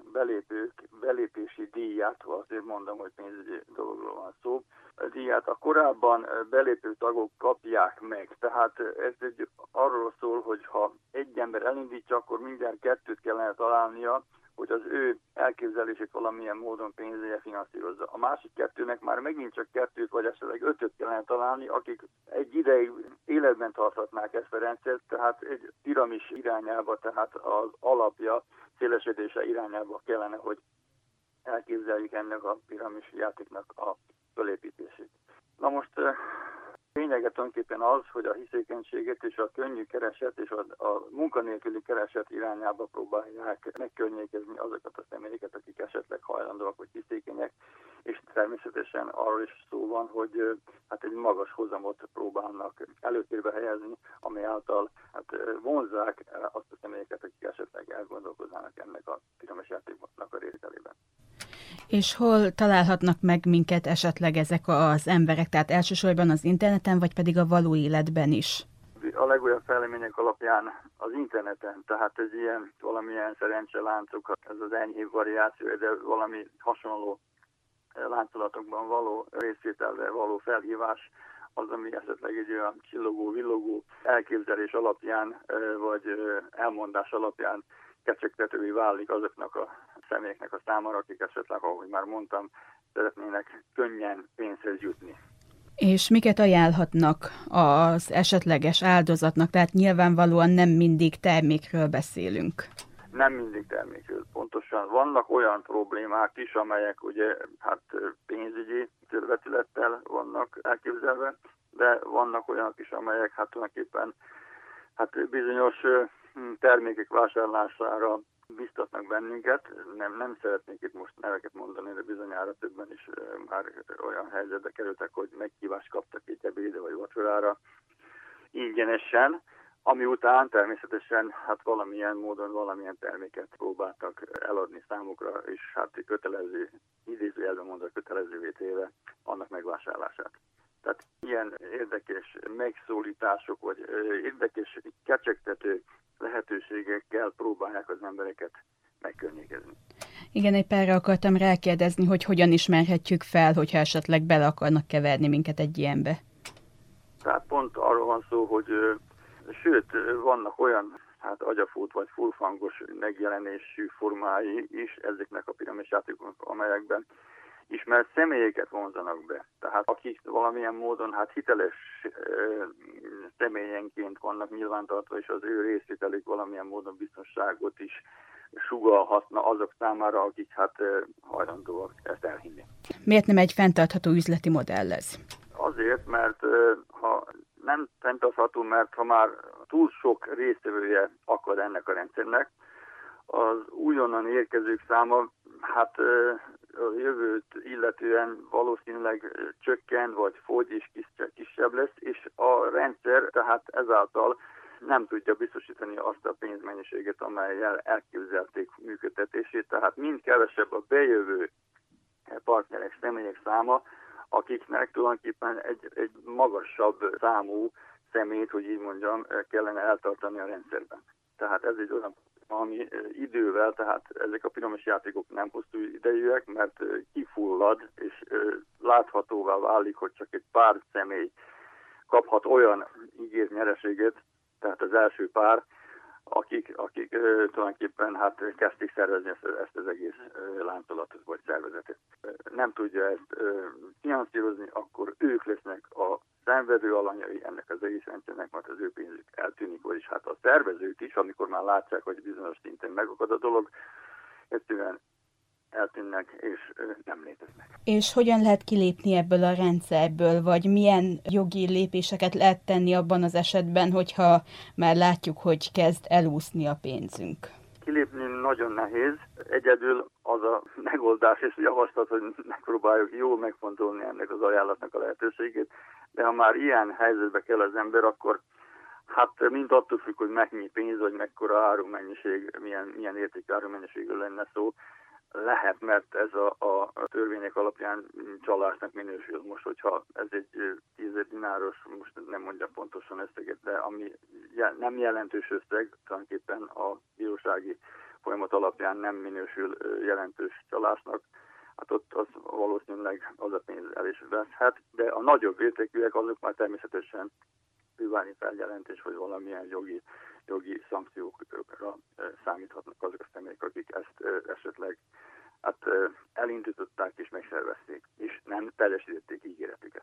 belépési díját, azért mondom, hogy pénzügyi dologról van szó, a díját a korábban belépő tagok kapják meg. Tehát ez arról szól, hogy ha egy ember elindítja, akkor mindjárt kettőt kellene találnia, hogy az ő elképzelését valamilyen módon pénzügyileg finanszírozza. A másik kettőnek már megint csak kettőt vagy esetleg 5-öt kellene találni, akik egy ideig életben tarthatnák ezt a rendszert, tehát egy piramis irányába, tehát az alapja szélesedése irányába kellene, hogy elképzeljük ennek a piramis játéknak a fölépítését. Na most lényege tulajdonképpen az, hogy a hiszékenységet és a könnyű kereset és a munkanélküli kereset irányába próbálják megkörnyékezni azokat a személyeket, akik esetleg hajlandóak vagy hiszékenyek, és természetesen arról is szó van, hogy hát egy magas hozamot próbálnak előtérbe helyezni, ami által vonzzák azt a személyeket, akik esetleg elgondolkoznának ennek a piramis játéknak a részletében. És hol találhatnak meg minket esetleg ezek az emberek, tehát elsősorban az interneten, vagy pedig a való életben is? A legújabb fejlemények alapján az interneten, tehát ez ilyen valamilyen szerencseláncok, ez az enyhébb variáció, de valami hasonló láncolatokban való részvételre való felhívás, az, ami esetleg egy olyan csillogó, villogó elképzelés alapján, vagy elmondás alapján kecsegtetővé válik azoknak a személyeknek a számára, akik esetleg, ahogy már mondtam, szeretnének könnyen pénzhez jutni. És miket ajánlhatnak az esetleges áldozatnak? Tehát nyilvánvalóan nem mindig termékről beszélünk. Nem mindig termékről, pontosan. Vannak olyan problémák is, amelyek ugye pénzügyi vetülettel vannak elképzelve, de vannak olyanok is, amelyek tulajdonképpen bizonyos termékek vásárlására biztatnak bennünket. Nem szeretnék itt most neveket mondani, de bizonyára többen is már olyan helyzetbe kerültek, hogy meghívást kaptak egy ebédre vagy vacsorára ingyenesen, ami után természetesen valamilyen módon valamilyen terméket próbáltak eladni számukra, és kötelező, idézőjelben mondva kötelezővé téve annak megvásárlását. Tehát ilyen érdekes megszólítások, vagy érdekes kecsegtető lehetőségekkel próbálják az embereket megkörnyékezni. Igen, egy párra akartam rákérdezni, hogy hogyan ismerhetjük fel, hogyha esetleg bele akarnak keverni minket egy ilyenbe. Tehát pont arról van szó, hogy sőt, vannak olyan agyafút vagy furfangos megjelenésű formái is ezeknek a piramisjátékoknak, amelyekben ismert személyeket vonzanak be. Tehát akik valamilyen módon hiteles személyenként vannak nyilvántartva, és az ő részvételük valamilyen módon biztonságot is sugallhatna azok számára, akik hajlandóak ezt elhinni. Miért nem egy fenntartható üzleti modell ez? Azért, mert ha nem fenntartható, mert ha már túl sok résztvevője akad ennek a rendszernek, az újonnan érkezők száma a jövőt illetően valószínűleg csökken, vagy fogy és kisebb lesz, és a rendszer tehát ezáltal nem tudja biztosítani azt a pénzmennyiséget, amellyel elképzelték működtetését, tehát mind kevesebb a bejövő partnerek, személyek száma, akiknek tulajdonképpen egy magasabb számú személyt, hogy így mondjam, kellene eltartani a rendszerben. Tehát ez egy olyan, ami idővel, tehát ezek a piramis játékok nem hosszú idejűek, mert kifullad, és láthatóvá válik, hogy csak egy pár személy kaphat olyan ígért nyereséget, tehát az első pár, akik tulajdonképpen kezdték szervezni ezt az egész láncolatot vagy szervezetet. Nem tudja ezt finanszírozni, akkor ők lesznek a szenvedő alanyai ennek az egész rendszernek, mert az ő pénzük eltűnik, vagyis a szervezők is, amikor már látják, hogy bizonyos szinten megakad a dolog, egyszerűen eltűnnek és nem léteznek. És hogyan lehet kilépni ebből a rendszerből, vagy milyen jogi lépéseket lehet tenni abban az esetben, hogyha már látjuk, hogy kezd elúszni a pénzünk? Kilépni nagyon nehéz. Egyedül az a megoldás és javaslat, hogy megpróbáljuk jól megfontolni ennek az ajánlatnak a lehetőségét, de ha már ilyen helyzetbe kell az ember, akkor mind attól függ, hogy mennyi pénz, vagy mekkora árumennyiség, milyen értékű árumennyiségről lenne szó, lehet, mert ez a törvények alapján csalásnak minősül. Most, hogyha ez egy 10 dináros, most nem mondja pontosan összeget, de ami nem jelentős összeg, tulajdonképpen a bírósági folyamat alapján nem minősül jelentős csalásnak, ott az valószínűleg az a pénz el is veszhet, de a nagyobb értékűek azok már természetesen privát feljelentés, vagy valamilyen jogi szankciókra számíthatnak azok a személyek, akik ezt esetleg elindították és megszervezték, és nem teljesítették ígéretüket.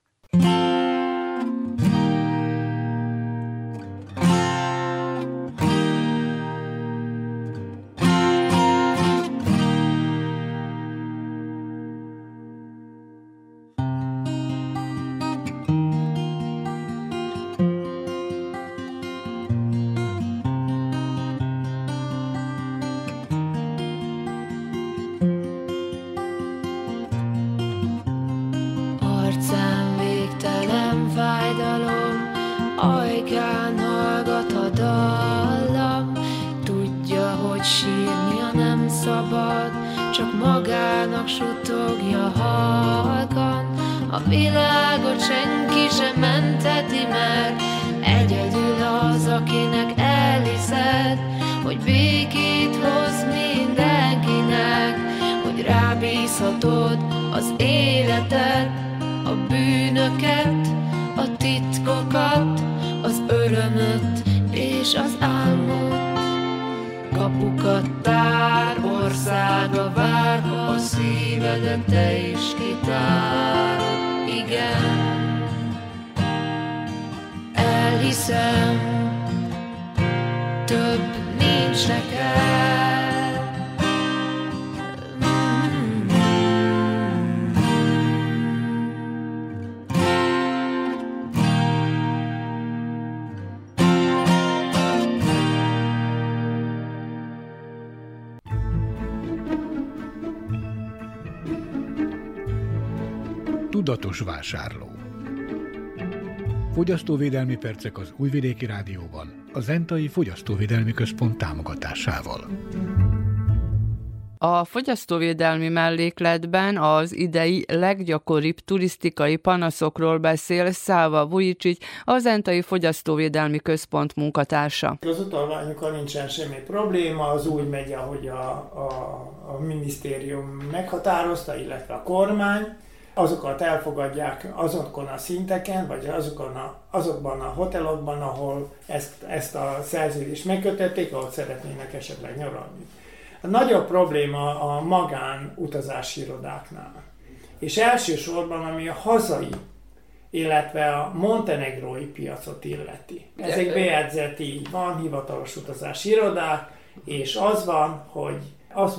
Csak magának suttogja halkan, a világot senki sem mentheti meg, egyedül az, akinek elhiszed, hogy békét hoz mindenkinek, hogy rábízhatod az életed, a bűnöket, a titkokat, az örömöt és az álmot. Kapukat tár, országa vár, ha a szívedet te is kitárod. Igen, elhiszem, több nincs neked. Tudatos vásárló. Fogyasztóvédelmi percek az Újvidéki Rádióban, a Zentai Fogyasztóvédelmi Központ támogatásával. A fogyasztóvédelmi mellékletben az idei leggyakoribb turisztikai panaszokról beszél Száva Vujicic, a Zentai Fogyasztóvédelmi Központ munkatársa. Az utalványokkal nincsen semmi probléma, az úgy megy, ahogy a minisztérium meghatározta, illetve a kormány. Azokat elfogadják azokon a szinteken, vagy azokban a hotelokban, ahol ezt a szerződést megkötötték, ahol szeretnének esetleg nyaralni. A nagyobb probléma a magán utazási irodáknál. És elsősorban, ami a hazai, illetve a montenegrói piacot illeti. Ezek bejegyzett, így van, hivatalos utazási irodák, és az van, hogy azt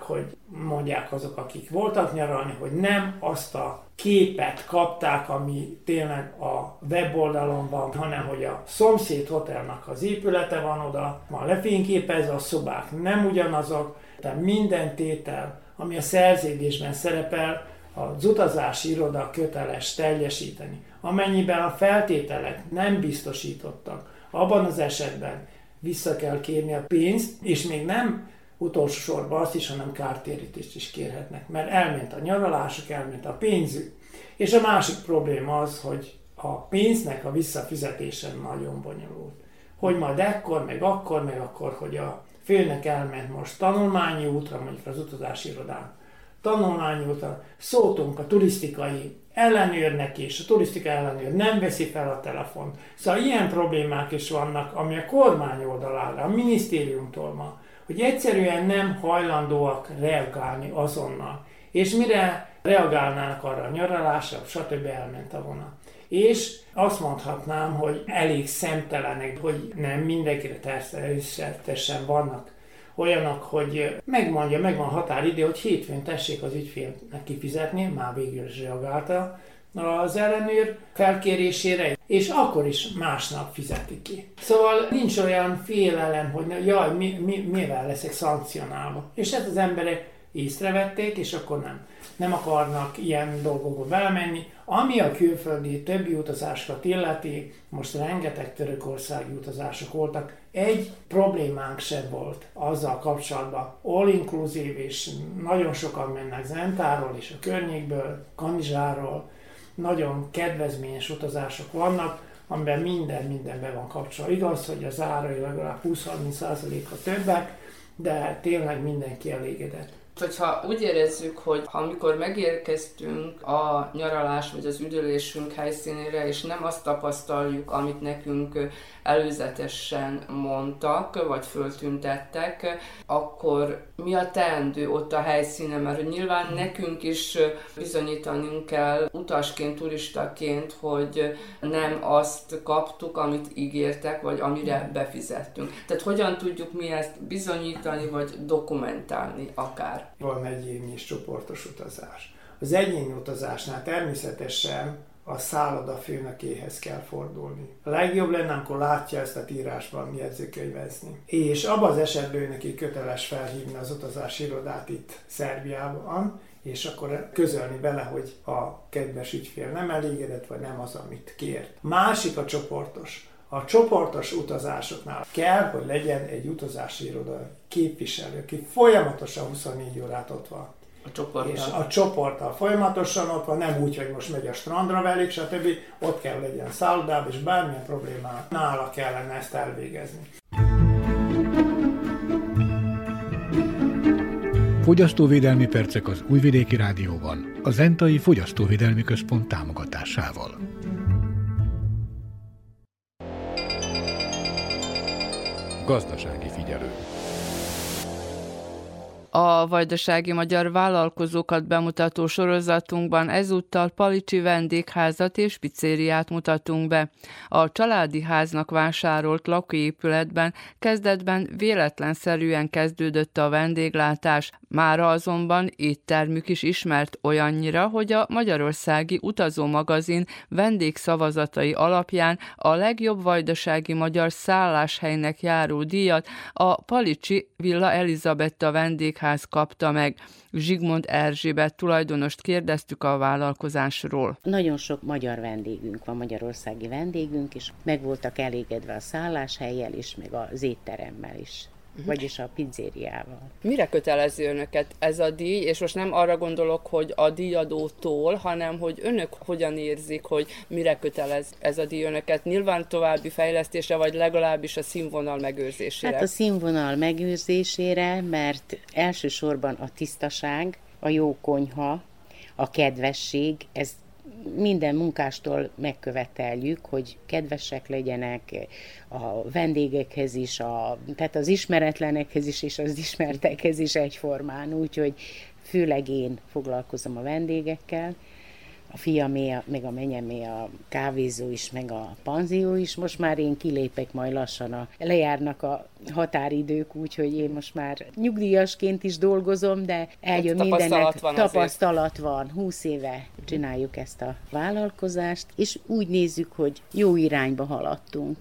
mondják azok, akik voltak nyaralni, hogy nem azt a képet kapták, ami tényleg a weboldalon van, hanem hogy a szomszéd hotelnak az épülete van oda, van lefényképezve, a szobák nem ugyanazok, tehát minden tétel, ami a szerződésben szerepel, az utazási iroda köteles teljesíteni. Amennyiben a feltételek nem biztosítottak, abban az esetben vissza kell kérni a pénzt, és még nem utolsó sorban azt is, hanem kártérítést is kérhetnek, mert elment a nyaralásuk, elment a pénzük. És a másik probléma az, hogy a pénznek a visszafizetése nagyon bonyolult. Hogy majd ekkor, meg akkor, hogy a főnök elment most tanulmányi útra, mondjuk az utazási irodán, tanulmányi útra, szóltunk a turisztikai ellenőrnek, és a turisztikai ellenőr nem veszi fel a telefont. Szóval ilyen problémák is vannak, ami a kormány oldalára, a minisztériumtól ma, hogy egyszerűen nem hajlandóak reagálni azonnal. És mire reagálnának arra a nyaralásra, stb. Elment a vonat. És azt mondhatnám, hogy elég szemtelenek, hogy nem mindenkire természetesen vannak olyanok, hogy megvan határidő, hogy hétfőn tessék az ügyfélnek kifizetni, már végül is reagálta az ellenőr felkérésére, és akkor is másnap fizeti ki. Szóval nincs olyan félelem, hogy jaj, mivel leszek szankcionálva. És ezt az emberek észrevették, és akkor nem akarnak ilyen dolgokba belemenni. Ami a külföldi többi utazásokat illeti, most rengeteg törökországi utazások voltak, egy problémánk sem volt azzal kapcsolatban. All inclusive, és nagyon sokan mennek Zentáról és a környékből, Kanizsáról, nagyon kedvezményes utazások vannak, amiben minden be van kapcsolva. Igaz, hogy az árai legalább 20-30%-a többek, de tényleg mindenki elégedett. Hogyha úgy érezzük, hogy amikor megérkeztünk a nyaralás vagy az üdülésünk helyszínére, és nem azt tapasztaljuk, amit nekünk előzetesen mondtak, vagy föltüntettek, akkor mi a teendő ott a helyszínen? Mert nyilván nekünk is bizonyítanunk kell utasként, turistaként, hogy nem azt kaptuk, amit ígértek, vagy amire befizettünk. Tehát hogyan tudjuk mi ezt bizonyítani, vagy dokumentálni akár? Van egyéni és csoportos utazás. Az egyéni utazásnál természetesen a szálloda főnökéhez kell fordulni. A legjobb lenne, amikor látja ezt a írásban jegyzőkönyvezni. És abban az esetben neki köteles felhívni az utazási irodát itt Szerbiában, és akkor közölni vele, hogy a kedves ügyfél nem elégedett, vagy nem az, amit kért. Másik a csoportos. A csoportos utazásoknál kell, hogy legyen egy utazási iroda képviselő, aki folyamatosan 24 órát ott van. És a csoporttal folyamatosan ott van, nem úgy, hogy most megy a strandra velük, stb. Ott kell legyen szállodában, és bármilyen problémát nála kellene ezt elvégezni. Fogyasztóvédelmi percek az Újvidéki Rádióban, a Zentai Fogyasztóvédelmi Központ támogatásával. Gazdasági figyelő. A vajdasági magyar vállalkozókat bemutató sorozatunkban ezúttal palicsi vendégházat és pizzériát mutatunk be. A családi háznak vásárolt lakóépületben kezdetben véletlenszerűen kezdődött a vendéglátás, mára azonban éttermük is ismert olyannyira, hogy a Magyarországi Utazó magazin vendégszavazatai alapján a legjobb vajdasági magyar szálláshelynek járó díjat a palicsi Villa Elizabetta vendégház kapta meg. Zsigmond Erzsébet tulajdonost kérdeztük a vállalkozásról. Nagyon sok magyar vendégünk van, magyarországi vendégünk, és meg voltak elégedve a szálláshelyjel is, meg az étteremmel is. Vagyis a pizzériával. Mire kötelező önöket ez a díj, és most nem arra gondolok, hogy a díjadótól, hanem hogy önök hogyan érzik, hogy mire kötelez ez a díj önöket? Nyilván további fejlesztésre, vagy legalábbis a színvonal megőrzésére? Hát a színvonal megőrzésére, mert elsősorban a tisztaság, a jó konyha, a kedvesség, ez minden munkástól megköveteljük, hogy kedvesek legyenek a vendégekhez is, tehát az ismeretlenekhez is, és az ismertekhez is egyformán, úgyhogy főleg én foglalkozom a vendégekkel. A fiamé, meg a menyemé a kávézó is, meg a panzió is. Most már én kilépek majd lassan, lejárnak a határidők, úgyhogy én most már nyugdíjasként is dolgozom, de eljön mindennek. Tapasztalat van, 20 éve csináljuk ezt a vállalkozást, és úgy nézzük, hogy jó irányba haladtunk.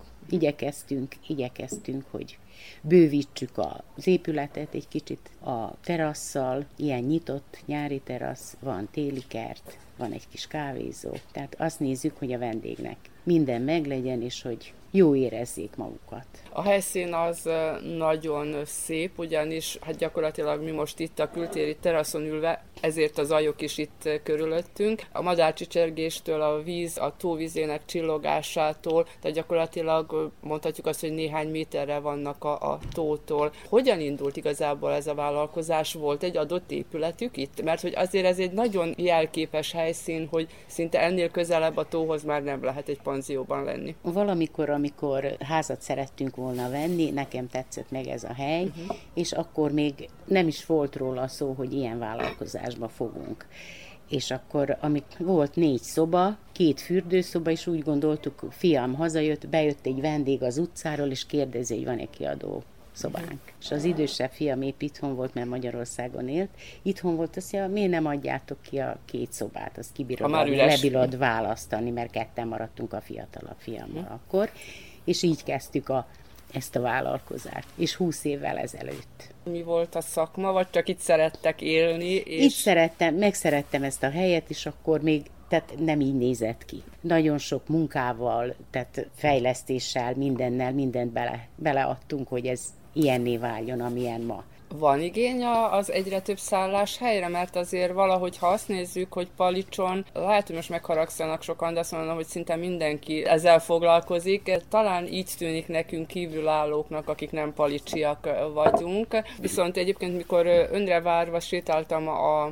Igyekeztünk, hogy bővítsük az épületet egy kicsit a terasszal, ilyen nyitott nyári terasz, van téli kert, van egy kis kávézó. Tehát azt nézzük, hogy a vendégnek minden meglegyen, és hogy jó érezzék magukat. A helyszín az nagyon szép, ugyanis hát gyakorlatilag mi most itt a kültéri teraszon ülve, ezért az ajok is itt körülöttünk. A madárcsicsergéstől, a víz, a tóvizének csillogásától, tehát gyakorlatilag mondhatjuk azt, hogy néhány méterre vannak a tótól. Hogyan indult igazából ez a vállalkozás? Volt egy adott épületük itt? Mert hogy azért ez egy nagyon jelképes helyszín, hogy szinte ennél közelebb a tóhoz már nem lehet egy panzióban lenni. Valamikor, amikor házat szerettünk volna venni, nekem tetszett meg ez a hely, és akkor még nem is volt róla szó, hogy ilyen vállalkozásba fogunk. És akkor, volt 4 szoba, 2 fürdőszoba, és úgy gondoltuk, fiam hazajött, bejött egy vendég az utcáról, és kérdezi, hogy van-e kiadó szobánk. És az idősebb fiam épp itthon volt, mert Magyarországon élt. Itthon volt, azt mondja, miért nem adjátok ki a 2 szobát, azt lebírod választani, mert ketten maradtunk a fiatalabb fiammal akkor. És így kezdtük ezt a vállalkozást, és 20 évvel ezelőtt. Mi volt a szakma, vagy csak itt szerettek élni? És... Itt megszerettem ezt a helyet, és akkor még tehát nem így nézett ki. Nagyon sok munkával, tehát fejlesztéssel, mindent beleadtunk, hogy ez ilyenné váljon, amilyen ma. Van igény az egyre több szálláshelyre? Mert azért valahogy, ha azt nézzük, hogy Palicson, lehet, hogy most megharagszanak sokan, de azt mondom, hogy szinte mindenki ezzel foglalkozik. Talán így tűnik nekünk kívülállóknak, akik nem palicsiak vagyunk. Viszont egyébként, mikor önre várva sétáltam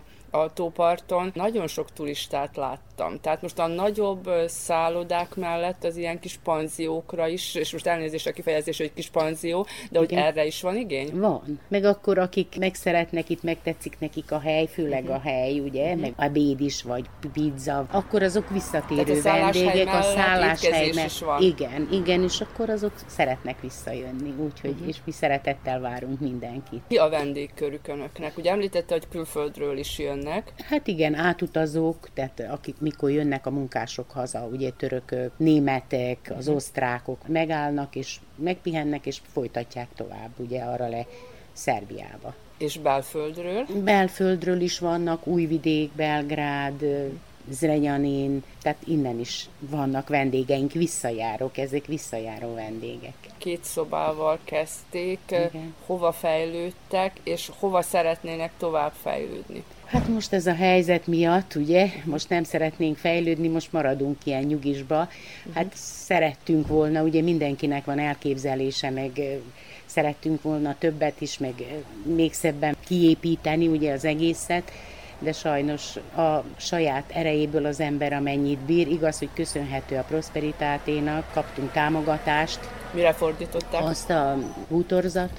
a tóparton, nagyon sok turistát láttam. Tehát most a nagyobb szállodák mellett az ilyen kis panziókra is, és most elnézést a kifejezés, hogy kis panzió, de hogy erre is van igény? Van. Meg akkor, akik megszeretnek itt, megtetszik nekik a hely, főleg a hely, ugye, meg a béd is, vagy pizza, akkor azok visszatérő vendégek, a szálláshely is van. Igen, és akkor azok szeretnek visszajönni, úgyhogy, és mi szeretettel várunk mindenkit. Mi a vendégkörük önöknek? Ugye említette, hogy külföldről is jönnek. Hát igen, átutazók, tehát akik mikor jönnek a munkások haza, ugye törökök, németek, az osztrákok megállnak, és megpihennek, és folytatják tovább, ugye arra le Szerbiába. És belföldről? Belföldről is vannak, Újvidék, Belgrád, Zrenjanin, tehát innen is vannak vendégeink, visszajárók, ezek visszajáró vendégek. 2 szobával kezdték, hova fejlődtek, és hova szeretnének tovább fejlődni? Hát most ez a helyzet miatt, ugye, most nem szeretnénk fejlődni, most maradunk ilyen nyugisba. Hát szerettünk volna, ugye mindenkinek van elképzelése, meg szerettünk volna többet is, meg még szebben kiépíteni ugye az egészet, de sajnos a saját erejéből az ember amennyit bír. Igaz, hogy köszönhető a Prosperitáténak, kaptunk támogatást. Mire fordították? Azt a bútorzatra,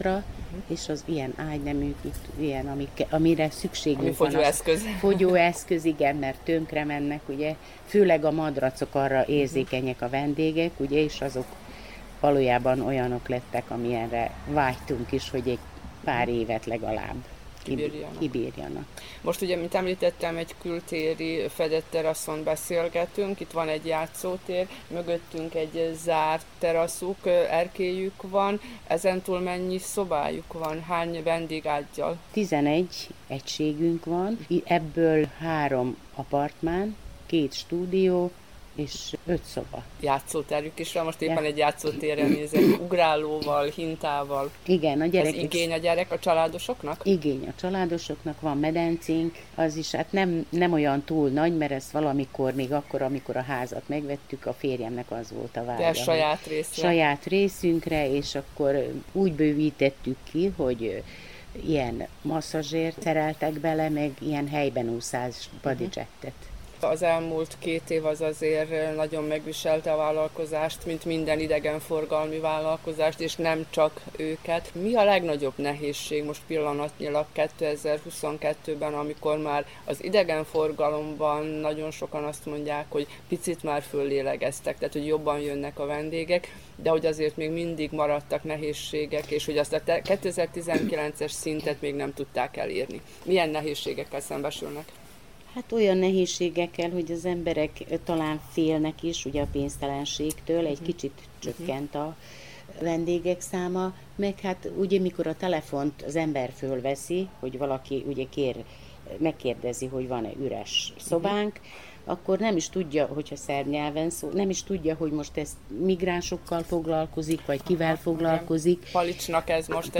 és az ilyen ágyneműk, ilyen, amire szükségünk van. Fogyóeszköz. Fogyóeszköz, igen, mert tönkre mennek, ugye, főleg a madracok arra érzékenyek a vendégek, ugye, és azok valójában olyanok lettek, amilyenre vágytunk is, hogy egy pár évet legalább kibírjanak. Most ugye, mint említettem, egy kültéri fedett teraszon beszélgetünk, itt van egy játszótér, mögöttünk egy zárt teraszuk, erkélyük van, ezentúl mennyi szobájuk van, hány vendégággyal? 11 egységünk van, ebből 3 apartmán, 2 stúdió, és 5 szoba. Játszóterük is van, most éppen egy játszótérren nézek, ugrálóval, hintával. Igen, a gyerek. Az igény a gyerek a családosoknak? Igény a családosoknak, van medencénk, az is hát nem olyan túl nagy, mert ez valamikor, még akkor, amikor a házat megvettük, a férjemnek az volt a vágya. De saját részre? Saját részünkre, és akkor úgy bővítettük ki, hogy ilyen masszazsért szereltek bele, meg ilyen helyben úszás bodyjettet. Az elmúlt 2 év az azért nagyon megviselte a vállalkozást, mint minden idegenforgalmi vállalkozást, és nem csak őket. Mi a legnagyobb nehézség most pillanatnyilag 2022-ben, amikor már az idegenforgalomban nagyon sokan azt mondják, hogy picit már föllélegeztek, tehát hogy jobban jönnek a vendégek, de hogy azért még mindig maradtak nehézségek, és hogy azt a 2019-es szintet még nem tudták elérni. Milyen nehézségekkel szembesülnek? Hát olyan nehézségekkel, hogy az emberek talán félnek is, ugye a pénztelenségtől, egy kicsit csökkent a vendégek száma, meg hát ugye mikor a telefont az ember fölveszi, hogy valaki ugye megkérdezi, hogy van-e üres szobánk, akkor nem is tudja, hogyha szerb nyelven szól, nem is tudja, hogy most ez migránsokkal foglalkozik, vagy kivel foglalkozik. Palicsnak ez most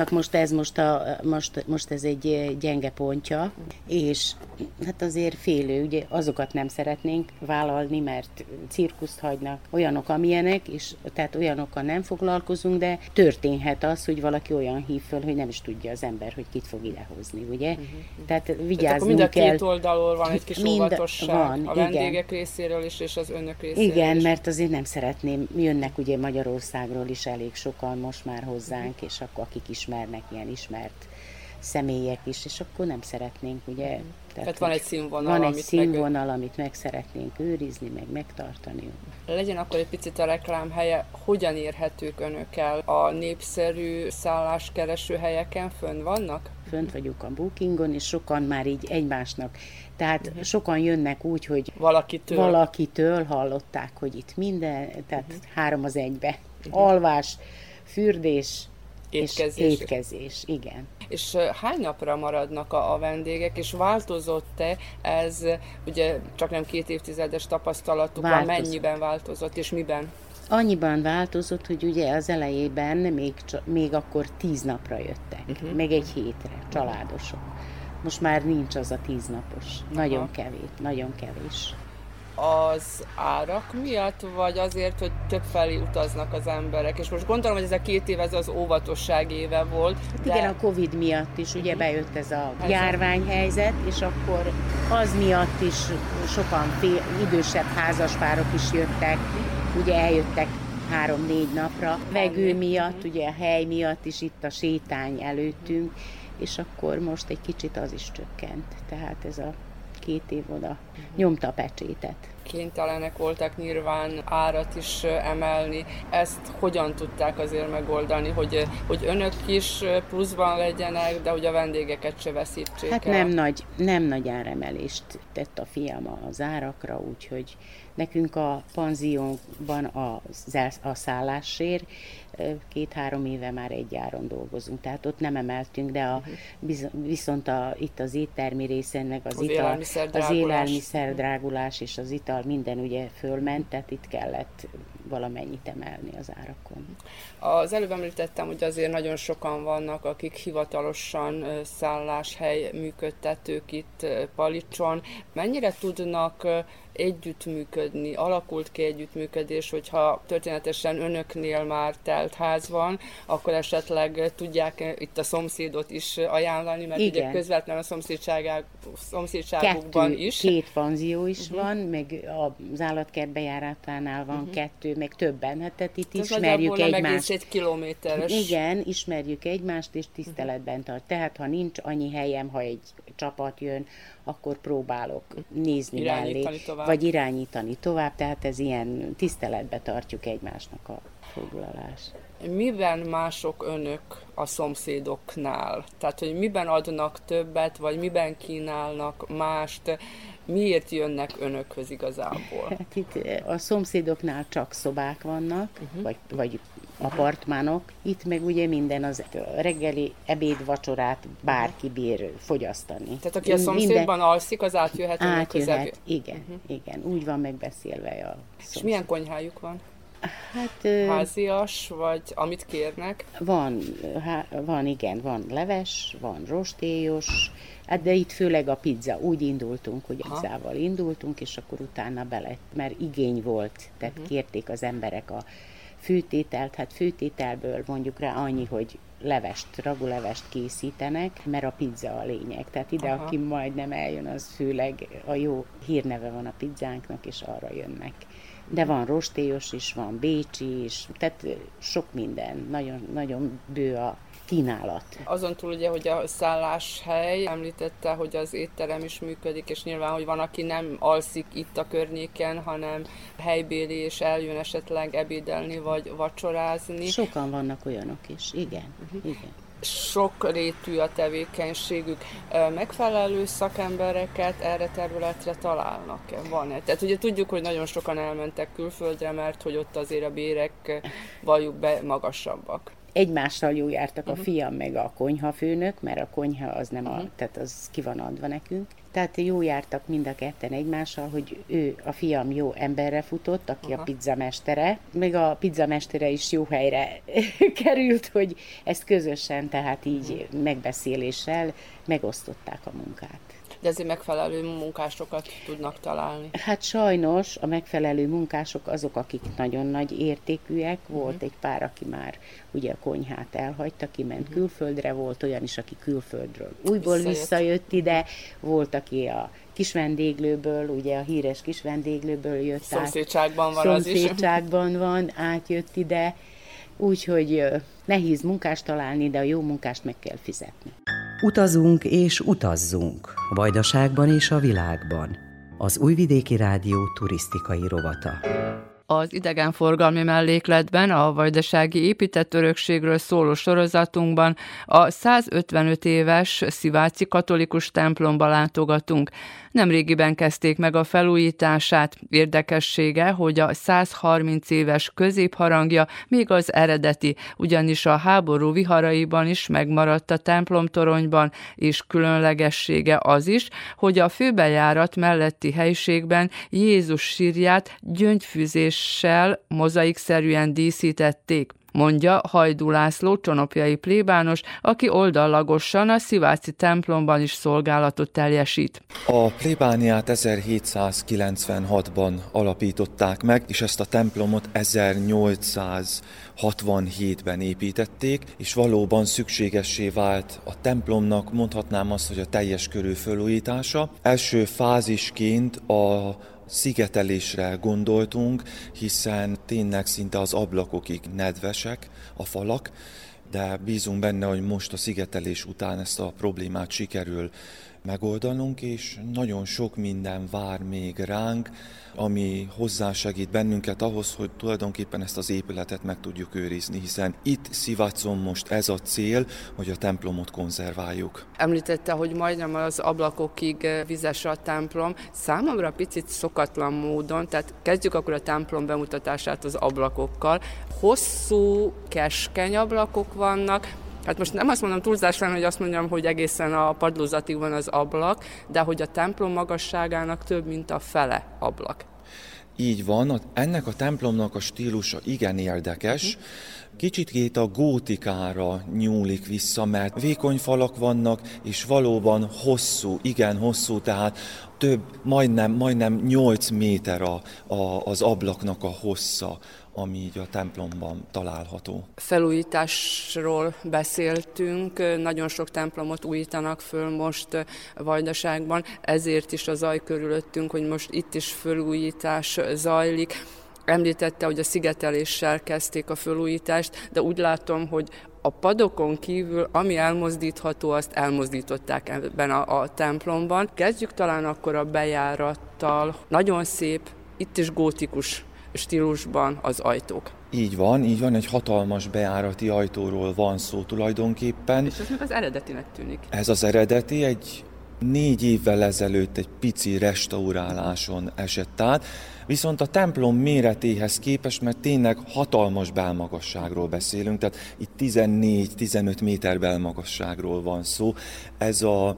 most ez egy gyenge pontja, és hát azért félő, ugye azokat nem szeretnénk vállalni, mert cirkuszt hagynak, olyanok amilyenek, és tehát olyanokkal nem foglalkozunk, de történhet az, hogy valaki olyan hív föl, hogy nem is tudja az ember, hogy kit fog idehozni, ugye? Tehát vigyáznunk kell. Mind a két oldalról van egy kis óvatosság. A vendégek igen. részéről is, és az önök részéről igen, is. mert azért nem szeretném, jönnek ugye Magyarországról is elég sokan most már hozzánk, és akkor akik ismernek, ilyen ismert személyek is, és akkor nem szeretnénk, ugye. Tehát van egy színvonal, amit meg szeretnénk őrizni, meg megtartani. Legyen akkor egy picit a reklám helye, hogyan érhetők önök el? A népszerű szálláskereső helyeken fönn vannak? Fönt vagyunk a Bookingon, és sokan már így egymásnak. Tehát sokan jönnek úgy, hogy valakitől hallották, hogy itt minden, tehát 3 az 1-be. Alvás, fürdés, étkezés, igen. És hány napra maradnak a vendégek, és változott-e ez, ugye csak nem 2 évtizedes tapasztalatuk van, mennyiben változott, és miben? Annyiban változott, hogy ugye az elejében még akkor 10 napra jöttek, meg egy hétre, családosok. Most már nincs az a 10 napos. Nagyon kevés. Az árak miatt, vagy azért, hogy többfelé utaznak az emberek? És most gondolom, hogy ez a 2 év ez az óvatosság éve volt. Hát igen, a Covid miatt is ugye bejött ez a járványhelyzet, és akkor az miatt is sokan idősebb házaspárok is jöttek, ugye eljöttek 3-4 napra. Vegő miatt, ugye a hely miatt is itt a sétány előttünk, és akkor most egy kicsit az is csökkent. Tehát ez a 2 év oda nyomta a pecsétet. Kénytelenek voltak nyilván árat is emelni. Ezt hogyan tudták azért megoldani, hogy önök is pluszban legyenek, de hogy a vendégeket se veszítsék el? Hát nem nagy áremelést tett a fiam az árakra, úgyhogy nekünk a panziónkban a szállásért 2-3 éve már egy áron dolgozunk, tehát ott nem emeltünk, de viszont itt az éttermi részen, meg az élelmiszerdrágulás és az ital minden ugye fölment, tehát itt kellett valamennyit emelni az árakon. Az előbb említettem, hogy azért nagyon sokan vannak, akik hivatalosan szálláshely működtetők itt Palicson. Mennyire tudnak együttműködni, alakult ki együttműködés, hogyha történetesen önöknél már telt ház van, akkor esetleg tudják itt a szomszédot is ajánlani, mert igen. Ugye közvetlenül a szomszédságukban is. 2 panzió is van, meg az állatkert bejáratánál van 2, meg többen. Hát tehát itt ez ismerjük egymást. Nem egész 1 kilométeres. Igen, ismerjük egymást, és tiszteletben tart. Tehát, ha nincs annyi helyem, ha egy csapat jön, akkor próbálok nézni mellé, vagy irányítani tovább. Tehát ez ilyen tiszteletbe tartjuk egymásnak a foglalás. Miben mások önök a szomszédoknál? Tehát, hogy miben adnak többet, vagy miben kínálnak mást? Miért jönnek önökhöz igazából? Hát itt a szomszédoknál csak szobák vannak, vagy apartmánok. Itt meg ugye minden az reggeli, ebéd, vacsorát bárki bír fogyasztani. Tehát aki a szomszédban alszik, az átjöhet önök közepén? Igen, igen, úgy van megbeszélve a szomszéd. És milyen konyhájuk van? Hát, házias, vagy amit kérnek? Van leves, van rostélyos, hát de itt főleg a pizza. Úgy indultunk, hogy pizzával indultunk, és akkor utána mert igény volt, tehát kérték az emberek a főtételt, hát főtételből mondjuk rá annyi, hogy ragulevest készítenek, mert a pizza a lényeg. Tehát ide, aki majdnem eljön, az főleg a jó hírneve van a pizzánknak, és arra jönnek. De van rostélyos is, van bécsi is, tehát sok minden, nagyon, nagyon bő a kínálat. Azon túl ugye, hogy a szálláshely, említette, hogy az étterem is működik, és nyilván, hogy van, aki nem alszik itt a környéken, hanem helybéli, és eljön esetleg ebédelni, vagy vacsorázni. Sokan vannak olyanok is, igen. Igen. Sok rétű a tevékenységük. Megfelelő szakembereket erre területre találnak-e? Van-e? Tehát ugye tudjuk, hogy nagyon sokan elmentek külföldre, mert hogy ott azért a bérek valljuk be magasabbak. Egymással jó jártak a fiam meg a konyhafőnök, mert a konyha az nem tehát az ki van adva nekünk. Tehát jó jártak mind a ketten egymással, hogy a fiam jó emberre futott, aki a pizzamestere, meg a pizzamestere is jó helyre került, hogy ezt közösen, tehát így megbeszéléssel megosztották a munkát. De ezért megfelelő munkásokat tudnak találni. Hát sajnos a megfelelő munkások azok, akik nagyon nagy értékűek. Volt egy pár, aki már ugye a konyhát elhagyta, kiment külföldre, volt olyan is, aki külföldről újból visszajött ide, volt, aki a kisvendéglőből, ugye a híres kisvendéglőből jött Szomszédságban van az is. Szomszédságban van, átjött ide, úgyhogy nehéz munkást találni, de a jó munkást meg kell fizetni. Utazunk és utazzunk, Vajdaságban és a világban. Az Újvidéki Rádió turisztikai rovata. Az idegenforgalmi mellékletben, a vajdasági épített örökségről szóló sorozatunkban a 155 éves szivácsi katolikus templomba látogatunk. Nemrégiben kezdték meg a felújítását. Érdekessége, hogy a 130 éves középharangja még az eredeti, ugyanis a háború viharaiban is megmaradt a templomtoronyban, és különlegessége az is, hogy a főbejárat melletti helyiségben Jézus sírját gyöngyfűzéssel mozaikszerűen díszítették, mondja Hajdú László csonopiai plébános, aki oldallagosan a szivácsi templomban is szolgálatot teljesít. A plébániát 1796-ban alapították meg, és ezt a templomot 1867-ben építették, és valóban szükségessé vált a templomnak, mondhatnám azt, hogy a teljes körű felújítása. Első fázisként a szigetelésre gondoltunk, hiszen tényleg szinte az ablakokig nedvesek a falak, de bízunk benne, hogy most a szigetelés után ezt a problémát sikerül megoldanunk, és nagyon sok minden vár még ránk, ami hozzásegít bennünket ahhoz, hogy tulajdonképpen ezt az épületet meg tudjuk őrizni, hiszen itt Szivácon most ez a cél, hogy a templomot konzerváljuk. Említette, hogy majdnem az ablakokig vizes a templom. Számomra picit szokatlan módon, tehát kezdjük akkor a templom bemutatását az ablakokkal. Hosszú, keskeny ablakok vannak. Hát most nem azt mondom túlzásra, hogy azt mondjam, hogy egészen a padlózatig van az ablak, de hogy a templom magasságának több, mint a fele ablak. Így van, ennek a templomnak a stílusa igen érdekes. Kicsit a gótikára nyúlik vissza, mert vékony falak vannak, és valóban hosszú, igen hosszú, tehát több, majdnem 8 méter az ablaknak a hossza, ami így a templomban található. Felújításról beszéltünk, nagyon sok templomot újítanak föl most Vajdaságban, ezért is a zaj körülöttünk, hogy most itt is felújítás zajlik. Említette, hogy a szigeteléssel kezdték a felújítást, de úgy látom, hogy a padokon kívül, ami elmozdítható, azt elmozdították ebben a templomban. Kezdjük talán akkor a bejárattal. Nagyon szép, itt is gótikus stílusban az ajtók. Így van, egy hatalmas bejárati ajtóról van szó tulajdonképpen. És ez meg az eredetinek tűnik. Ez az eredeti, egy 4 évvel ezelőtt egy pici restauráláson esett át, viszont a templom méretéhez képest, mert tényleg hatalmas belmagasságról beszélünk, tehát itt 14-15 méter belmagasságról van szó. Ez a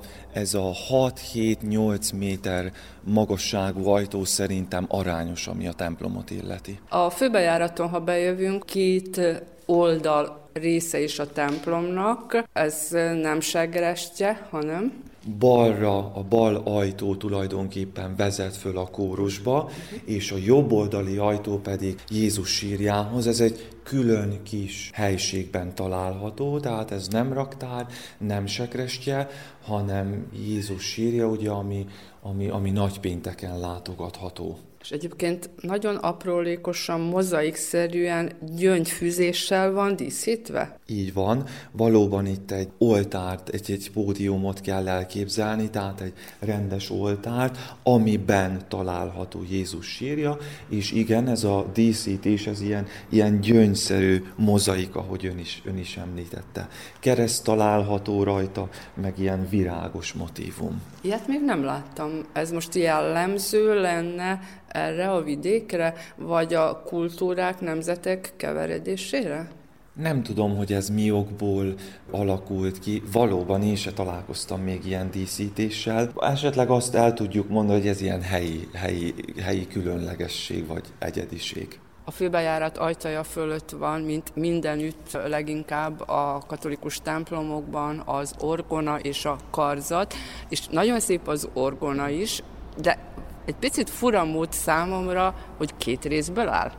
6-7-8 méter magasságú ajtó szerintem arányos, ami a templomot illeti. A főbejáraton, ha bejövünk, 2 oldal része is a templomnak, ez nem segrestje, hanem... Balra a bal ajtó tulajdonképpen vezet föl a kórusba, és a jobb oldali ajtó pedig Jézus sírjához. Ez egy külön kis helységben található, tehát ez nem raktár, nem sekrestje, hanem Jézus sírja, ugye, ami nagypénteken látogatható. És egyébként nagyon aprólékosan, mozaikszerűen gyöngyfűzéssel van díszítve? Így van, valóban itt egy oltárt, egy pódiumot kell elképzelni, tehát egy rendes oltárt, amiben található Jézus sírja, és igen, ez a díszítés, ez ilyen gyöngyszerű mozaik, ahogy ön is említette. Kereszt található rajta, meg ilyen virágos motívum. Ilyet még nem láttam. Ez most jellemző lenne erre a vidékre, vagy a kultúrák, nemzetek keveredésére? Nem tudom, hogy ez mi okból alakult ki. Valóban én se találkoztam még ilyen díszítéssel. Esetleg azt el tudjuk mondani, hogy ez ilyen helyi különlegesség vagy egyediség. A főbejárat ajtaja fölött van, mint mindenütt, leginkább a katolikus templomokban az orgona és a karzat, és nagyon szép az orgona is, de egy picit fura mód számomra, hogy 2 részből áll.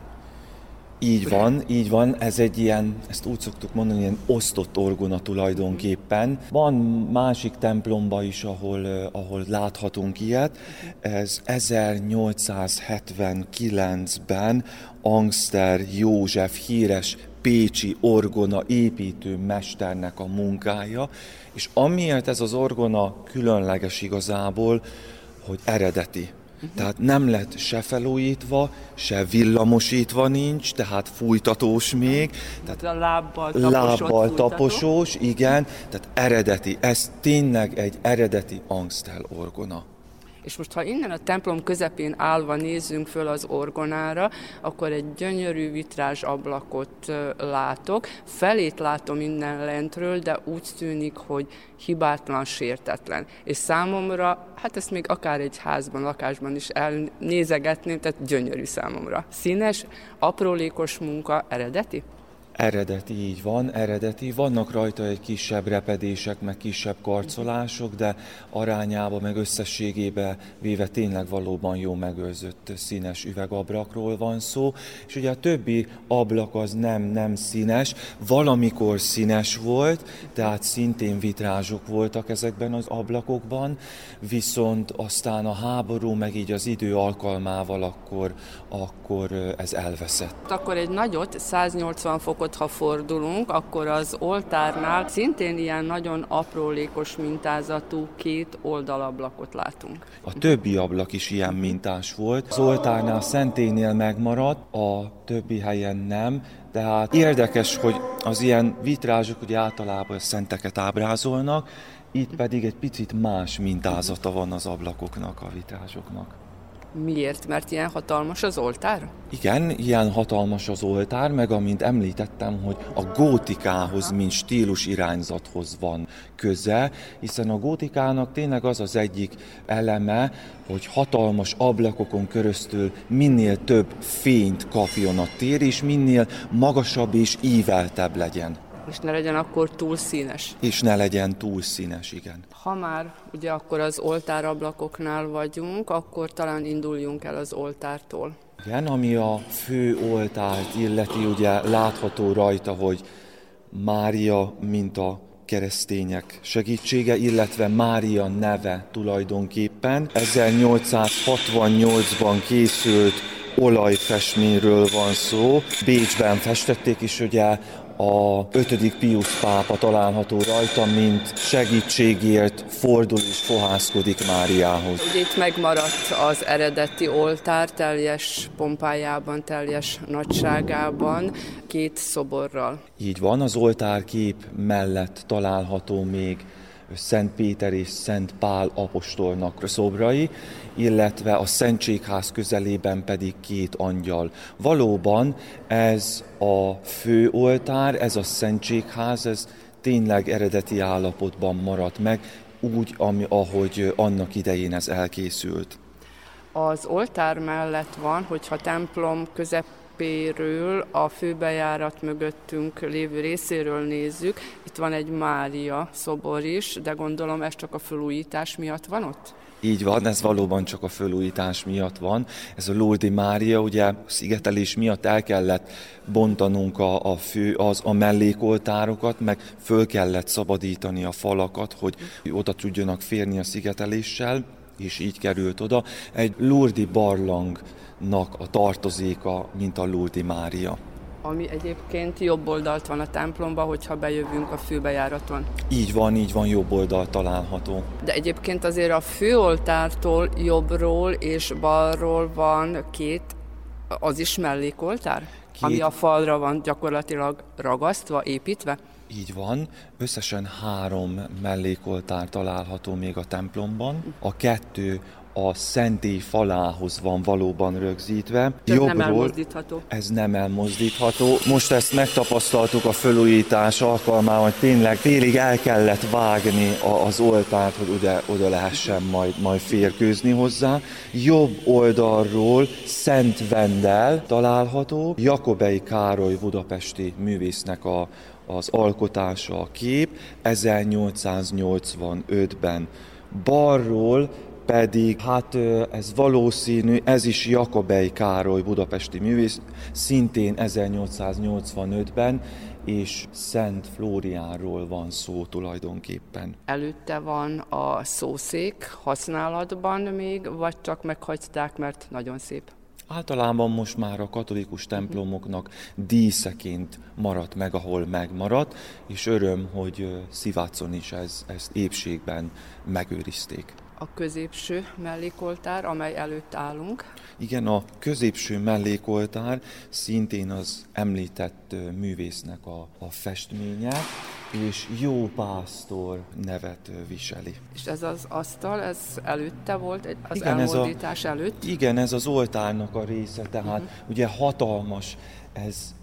Így van, ez egy ilyen, ezt úgy szoktuk mondani, ilyen osztott orgona tulajdonképpen. Van másik templomban is, ahol láthatunk ilyet. Ez 1879-ben Angster József híres pécsi orgona építő mesternek a munkája, és amiért ez az orgona különleges igazából, hogy eredeti. Tehát nem lett se felújítva, se villamosítva nincs, tehát fújtatós még. Tehát a lábbal taposós, igen, tehát eredeti. Ez tényleg egy eredeti Angster orgona. És most, ha innen a templom közepén állva nézzünk föl az orgonára, akkor egy gyönyörű vitrázs ablakot látok. Felét látom innen lentről, de úgy tűnik, hogy hibátlan, sértetlen. És számomra, hát ezt még akár egy házban, lakásban is elnézegetném, tehát gyönyörű számomra. Színes, aprólékos munka, eredeti? Eredeti, így van, eredeti. Vannak rajta egy kisebb repedések, meg kisebb karcolások, de arányában, meg összességében véve tényleg valóban jó megőrzött színes üvegabrakról van szó. És ugye a többi ablak az nem színes, valamikor színes volt, tehát szintén vitrázsok voltak ezekben az ablakokban, viszont aztán a háború, meg így az idő alkalmával akkor ez elveszett. Akkor egy nagyot, 180 fokot, ha fordulunk, akkor az oltárnál szintén ilyen nagyon aprólékos mintázatú 2 oldalablakot látunk. A többi ablak is ilyen mintás volt. Az oltárnál szentélynél megmaradt, a többi helyen nem. Tehát érdekes, hogy az ilyen vitrázsok ugye általában szenteket ábrázolnak, itt pedig egy picit más mintázata van az ablakoknak, a vitrázsoknak. Miért? Mert ilyen hatalmas az oltár? Igen, ilyen hatalmas az oltár, meg amint említettem, hogy a gótikához, mint stílus irányzathoz van köze, hiszen a gótikának tényleg az az egyik eleme, hogy hatalmas ablakokon keresztül minél több fényt kapjon a tér, és minél magasabb és íveltebb legyen. És ne legyen akkor túl színes. És ne legyen túl színes, igen. Ha már ugye akkor az oltárablakoknál vagyunk, akkor talán induljunk el az oltártól. Igen, ami a fő oltárt illeti, ugye látható rajta, hogy Mária, mint a keresztények segítsége, illetve Mária neve tulajdonképpen. 1868-ban készült olajfestményről van szó. Bécsben festették, és ugye a 5. Piusz pápa található rajta, mint segítségért fordul és fohászkodik Máriához. Ugye itt megmaradt az eredeti oltár teljes pompájában, teljes nagyságában, 2 szoborral. Így van, az oltárkép mellett található még Szent Péter és Szent Pál apostolnak szobrai, illetve a Szentségház közelében pedig 2 angyal. Valóban ez a főoltár, ez a Szentségház, ez tényleg eredeti állapotban maradt meg, úgy, ahogy annak idején ez elkészült. Az oltár mellett van, hogyha templom közepéről, a főbejárat mögöttünk lévő részéről nézzük, itt van egy Mária szobor is, de gondolom ez csak a felújítás miatt van ott? Így van, ez valóban csak a felújítás miatt van. Ez a Lourdes Mária, ugye szigetelés miatt el kellett bontanunk a mellékoltárokat, meg föl kellett szabadítani a falakat, hogy oda tudjanak férni a szigeteléssel, és így került oda. Egy Lourdes barlangnak a tartozéka, mint a Lourdes Mária. Ami egyébként jobb oldalt van a templomba, hogyha bejövünk a főbejáraton. Így van, jobb oldalt található. De egyébként azért a főoltártól jobbról és balról van 2, az is mellékoltár? Ami a falra van gyakorlatilag ragasztva, építve? Így van, összesen 3 mellékoltár található még a templomban. A 2 a szentély falához van valóban rögzítve. Ez nem elmozdítható. Ez nem elmozdítható. Most ezt megtapasztaltuk a felújítás alkalmával, hogy tényleg félig el kellett vágni az oltárt, hogy oda lehessen majd férkőzni hozzá. Jobb oldalról Szent Vendel található, Jakobei Károly budapesti művésznek az alkotása a kép 1885-ben. Balról pedig, ez valószínű, ez is Jakobei Károly budapesti művész, szintén 1885-ben, és Szent Flóriánról van szó tulajdonképpen. Előtte van a szószék használatban még, vagy csak meghagyták, mert nagyon szép? Általában most már a katolikus templomoknak díszeként maradt meg, ahol megmaradt, és öröm, hogy Szivácon is ezt épségben megőrizték. A középső mellékoltár, amely előtt állunk. Igen, a középső mellékoltár szintén az említett művésznek a festménye, és Jó Pásztor nevet viseli. És ez az asztal, ez előtte volt, az elmozdítás előtt? Igen, ez az oltárnak a része, tehát ugye hatalmas, ez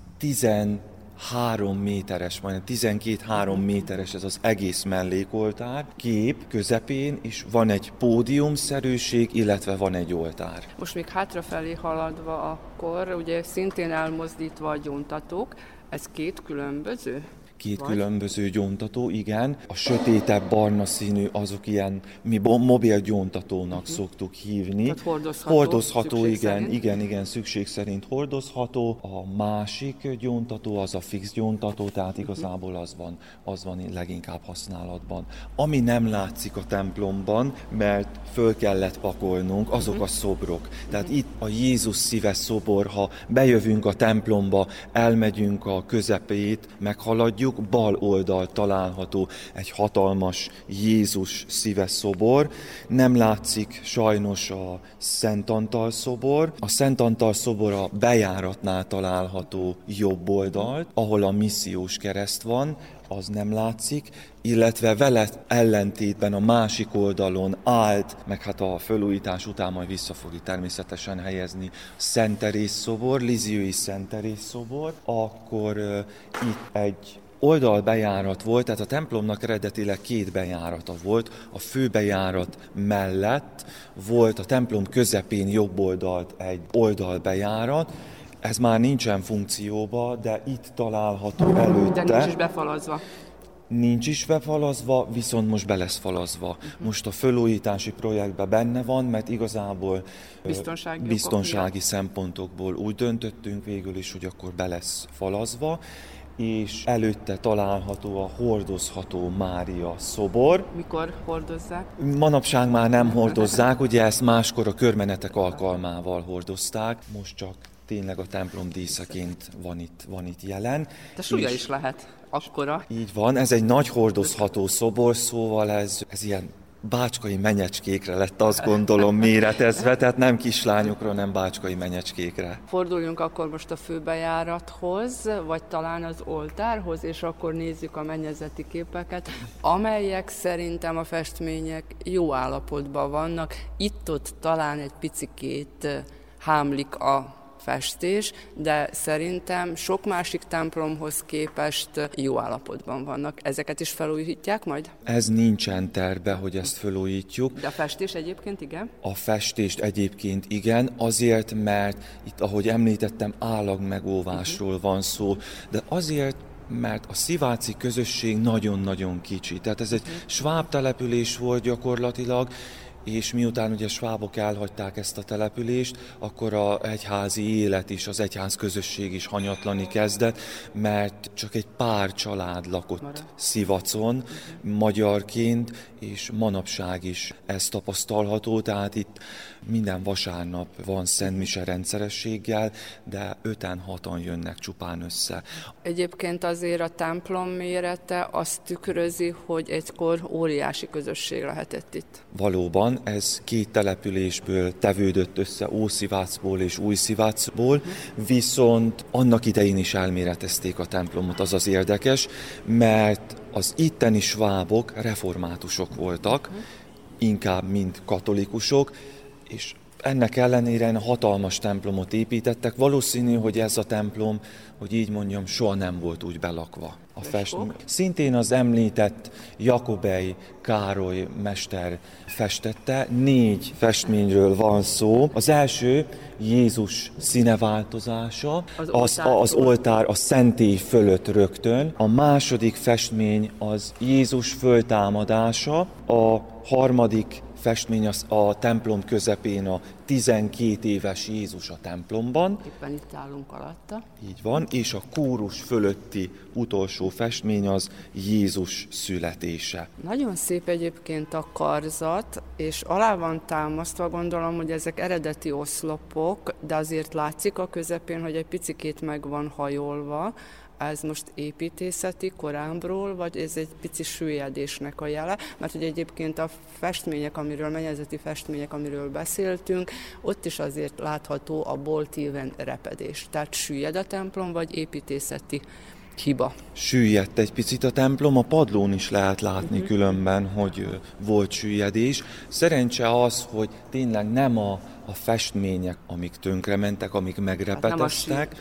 13 méteres, majdnem 12-3 méteres ez az egész mellékoltár, kép közepén, és van egy pódiumszerűség, illetve van egy oltár. Most még hátrafelé haladva akkor, ugye szintén elmozdítva a gyóntatók, ez 2 különböző? 2 különböző gyóntató, igen. A sötétebb barna színű azok ilyen, mi mobil gyóntatónak szoktuk hívni. Tehát hordozható, igen, szükség szerint hordozható. A másik gyóntató az a fix gyóntató, tehát igazából az van leginkább használatban. Ami nem látszik a templomban, mert föl kellett pakolnunk, azok a szobrok. Tehát itt a Jézus szíve szobor, ha bejövünk a templomba, elmegyünk a közepét, meghaladjuk, bal oldalt található egy hatalmas Jézus szíve szobor. Nem látszik sajnos a Szent Antal szobor. A Szent Antal szobor a bejáratnál található jobb oldalt, ahol a missziós kereszt van, az nem látszik, illetve vele ellentétben a másik oldalon állt, meg hát a felújítás után majd vissza fogjuk természetesen helyezni Szent Teréz szobor, Lisieux-i Szent Teréz szobor, akkor itt egy oldalbejárat volt, tehát a templomnak eredetileg 2 bejárata volt, a főbejárat mellett volt a templom közepén jobb oldalt egy oldalbejárat, ez már nincsen funkcióba, de itt található előtte. De nincs is befalazva. Nincs is befalazva, viszont most be lesz falazva. Most a felújítási projektben benne van, mert igazából biztonsági szempontokból úgy döntöttünk végül is, hogy akkor be lesz falazva, és előtte található a hordozható Mária szobor. Mikor hordozzák? Manapság már nem hordozzák, ugye ezt máskor a körmenetek alkalmával hordozták, most csak tényleg a templom díszeként van itt jelen. De súlya is lehet akkora. Így van, ez egy nagy hordozható szobor, szóval ez ilyen bácskai menyecskékre lett, azt gondolom, méretezve, tehát nem kislányokra, hanem bácskai menyecskékre. Forduljunk akkor most a főbejárathoz, vagy talán az oltárhoz, és akkor nézzük a mennyezeti képeket, amelyek szerintem a festmények jó állapotban vannak. Itt-ott talán egy picikét hámlik a festés, de szerintem sok másik templomhoz képest jó állapotban vannak. Ezeket is felújítják majd? Ez nincsen terve, hogy ezt felújítjuk. De a festés egyébként igen? A festést egyébként igen, azért, mert itt, ahogy említettem, állagmegóvásról van szó, de azért, mert a sziváci közösség nagyon-nagyon kicsi. Tehát ez egy sváb település volt gyakorlatilag, és miután ugye svábok elhagyták ezt a települést, akkor az egyházi élet is, az egyház közösség is hanyatlani kezdett, mert csak egy pár család lakott Szivacon magyarként, és manapság is ez tapasztalható, tehát itt minden vasárnap van szentmise rendszerességgel, de 5-6 jönnek csupán össze. Egyébként azért a templom mérete azt tükrözi, hogy egykor óriási közösség lehetett itt. Valóban, ez 2 településből tevődött össze, Ószivácból és Újszivácból, viszont annak idején is elméretezték a templomot, az érdekes, mert az itteni svábok reformátusok voltak, inkább mint katolikusok, és ennek ellenére hatalmas templomot építettek. Valószínű, hogy ez a templom, hogy így mondjam, soha nem volt úgy belakva. Szintén az említett Jakobei Károly mester festette, 4 festményről van szó. Az első Jézus színeváltozása, az oltár a szentély fölött rögtön. A második festmény az Jézus föltámadása, a harmadik festmény a templom közepén a 12 éves Jézus a templomban. Éppen itt állunk alatta. Így van, és a kórus fölötti utolsó festmény az Jézus születése. Nagyon szép egyébként a karzat, és alá van támasztva, gondolom, hogy ezek eredeti oszlopok, de azért látszik a közepén, hogy egy picikét meg van hajolva. Ez most építészeti korábbról, vagy ez egy pici süllyedésnek a jele? Mert hogy egyébként a festmények, mennyezeti festmények, amiről beszéltünk, ott is azért látható a boltíven repedés. Tehát süllyed a templom, vagy építészeti hiba? Süllyedt egy picit a templom, a padlón is lehet látni különben, hogy volt süllyedés. Szerencse az, hogy tényleg nem a festmények, amik tönkrementek, amik megrepedeztek.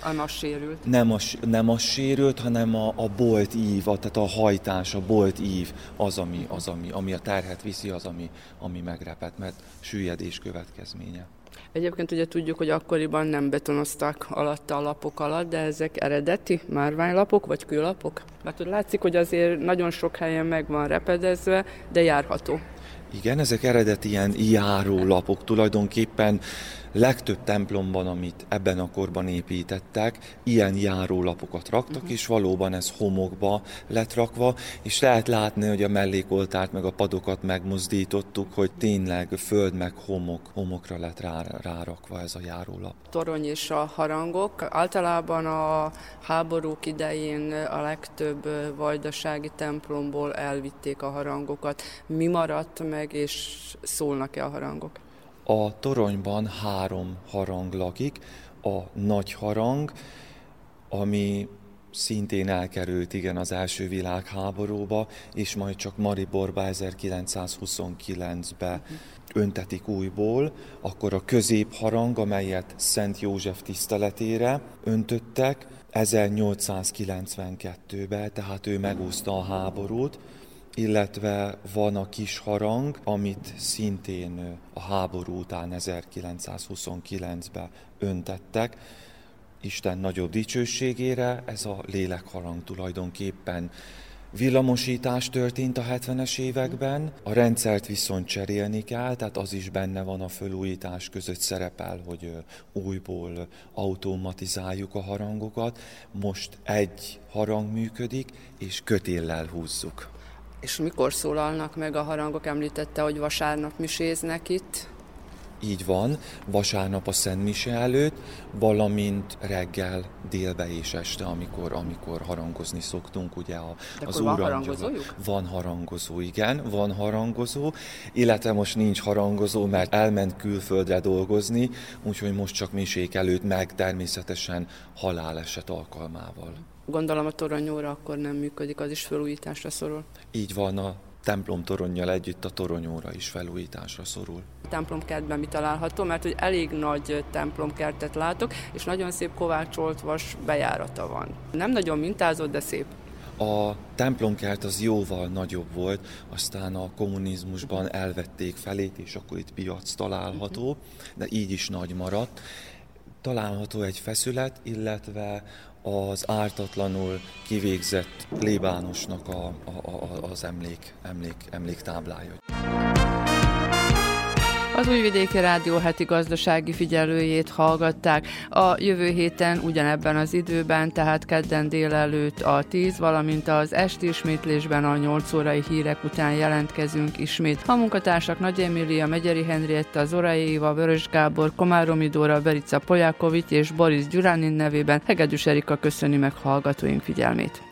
Nem az sérült, hanem a bolt ív, tehát a hajtás, a bolt ív az, ami a terhet viszi, az, ami megreped, mert süllyedés következménye. Egyébként ugye tudjuk, hogy akkoriban nem betonozták alatta a lapok alatt, de ezek eredeti márványlapok vagy kőlapok? Mert hogy látszik, hogy azért nagyon sok helyen meg van repedezve, de járható. Igen, ezek eredeti ilyen járólapok, tulajdonképpen legtöbb templomban, amit ebben a korban építettek, ilyen járólapokat raktak, és valóban ez homokba lett rakva, és lehet látni, hogy a mellékoltárt meg a padokat megmozdítottuk, hogy tényleg föld meg homokra lett rárakva ez a járólap. Torony és a harangok. Általában a háborúk idején a legtöbb vajdasági templomból elvitték a harangokat. Mi maradt meg, és szólnak-e a harangok? A toronyban 3 harang lakik, a nagy harang, ami szintén elkerült az első világháborúba, és majd csak Mariborba 1929-ben öntetik újból, akkor a középharang, amelyet Szent József tiszteletére öntöttek 1892-ben, tehát ő megúszta a háborút, illetve van a kis harang, amit szintén a háború után 1929-ben öntettek. Isten nagyobb dicsőségére ez a lélekharang tulajdonképpen Villamosítás történt a 70-es években, a rendszert viszont cserélni kell, tehát az is benne van a felújítás között szerepel, hogy újból automatizáljuk a harangokat. Most egy harang működik, és kötéllel húzzuk. És mikor szólalnak meg a harangok? Említette, hogy vasárnap miséznek itt. Így van, vasárnap a Szent Mise előtt, valamint reggel, délbe és este, amikor harangozni szoktunk, ugye az van harangozójuk? Van harangozó, igen, van harangozó, illetve most nincs harangozó, mert elment külföldre dolgozni, úgyhogy most csak misék előtt, meg természetesen haláleset alkalmával. Gondolom a toronyóra akkor nem működik, az is felújításra szorul. Így van, a templom toronnyal együtt a toronyóra is felújításra szorul. A templomkertben mi található, mert hogy elég nagy templomkertet látok, és nagyon szép kovácsolt vas bejárata van. Nem nagyon mintázott, de szép. A templomkert az jóval nagyobb volt, aztán a kommunizmusban elvették felét, és akkor itt piac található, de így is nagy maradt. Található egy feszület, illetve az ártatlanul kivégzett plébánosnak az emléktáblája. Az Újvidéki Rádió heti gazdasági figyelőjét hallgatták. A jövő héten ugyanebben az időben, tehát kedden délelőtt a 10, valamint az esti ismétlésben a 8 órai hírek után jelentkezünk ismét. A munkatársak Nagy Emília, Megyeri Henrietta, Zorai Éva, Vörös Gábor, Komáromi Dóra, Verica Poljákovics és Boris Gyuránin nevében Hegedűs Erika köszöni meg hallgatóink figyelmét.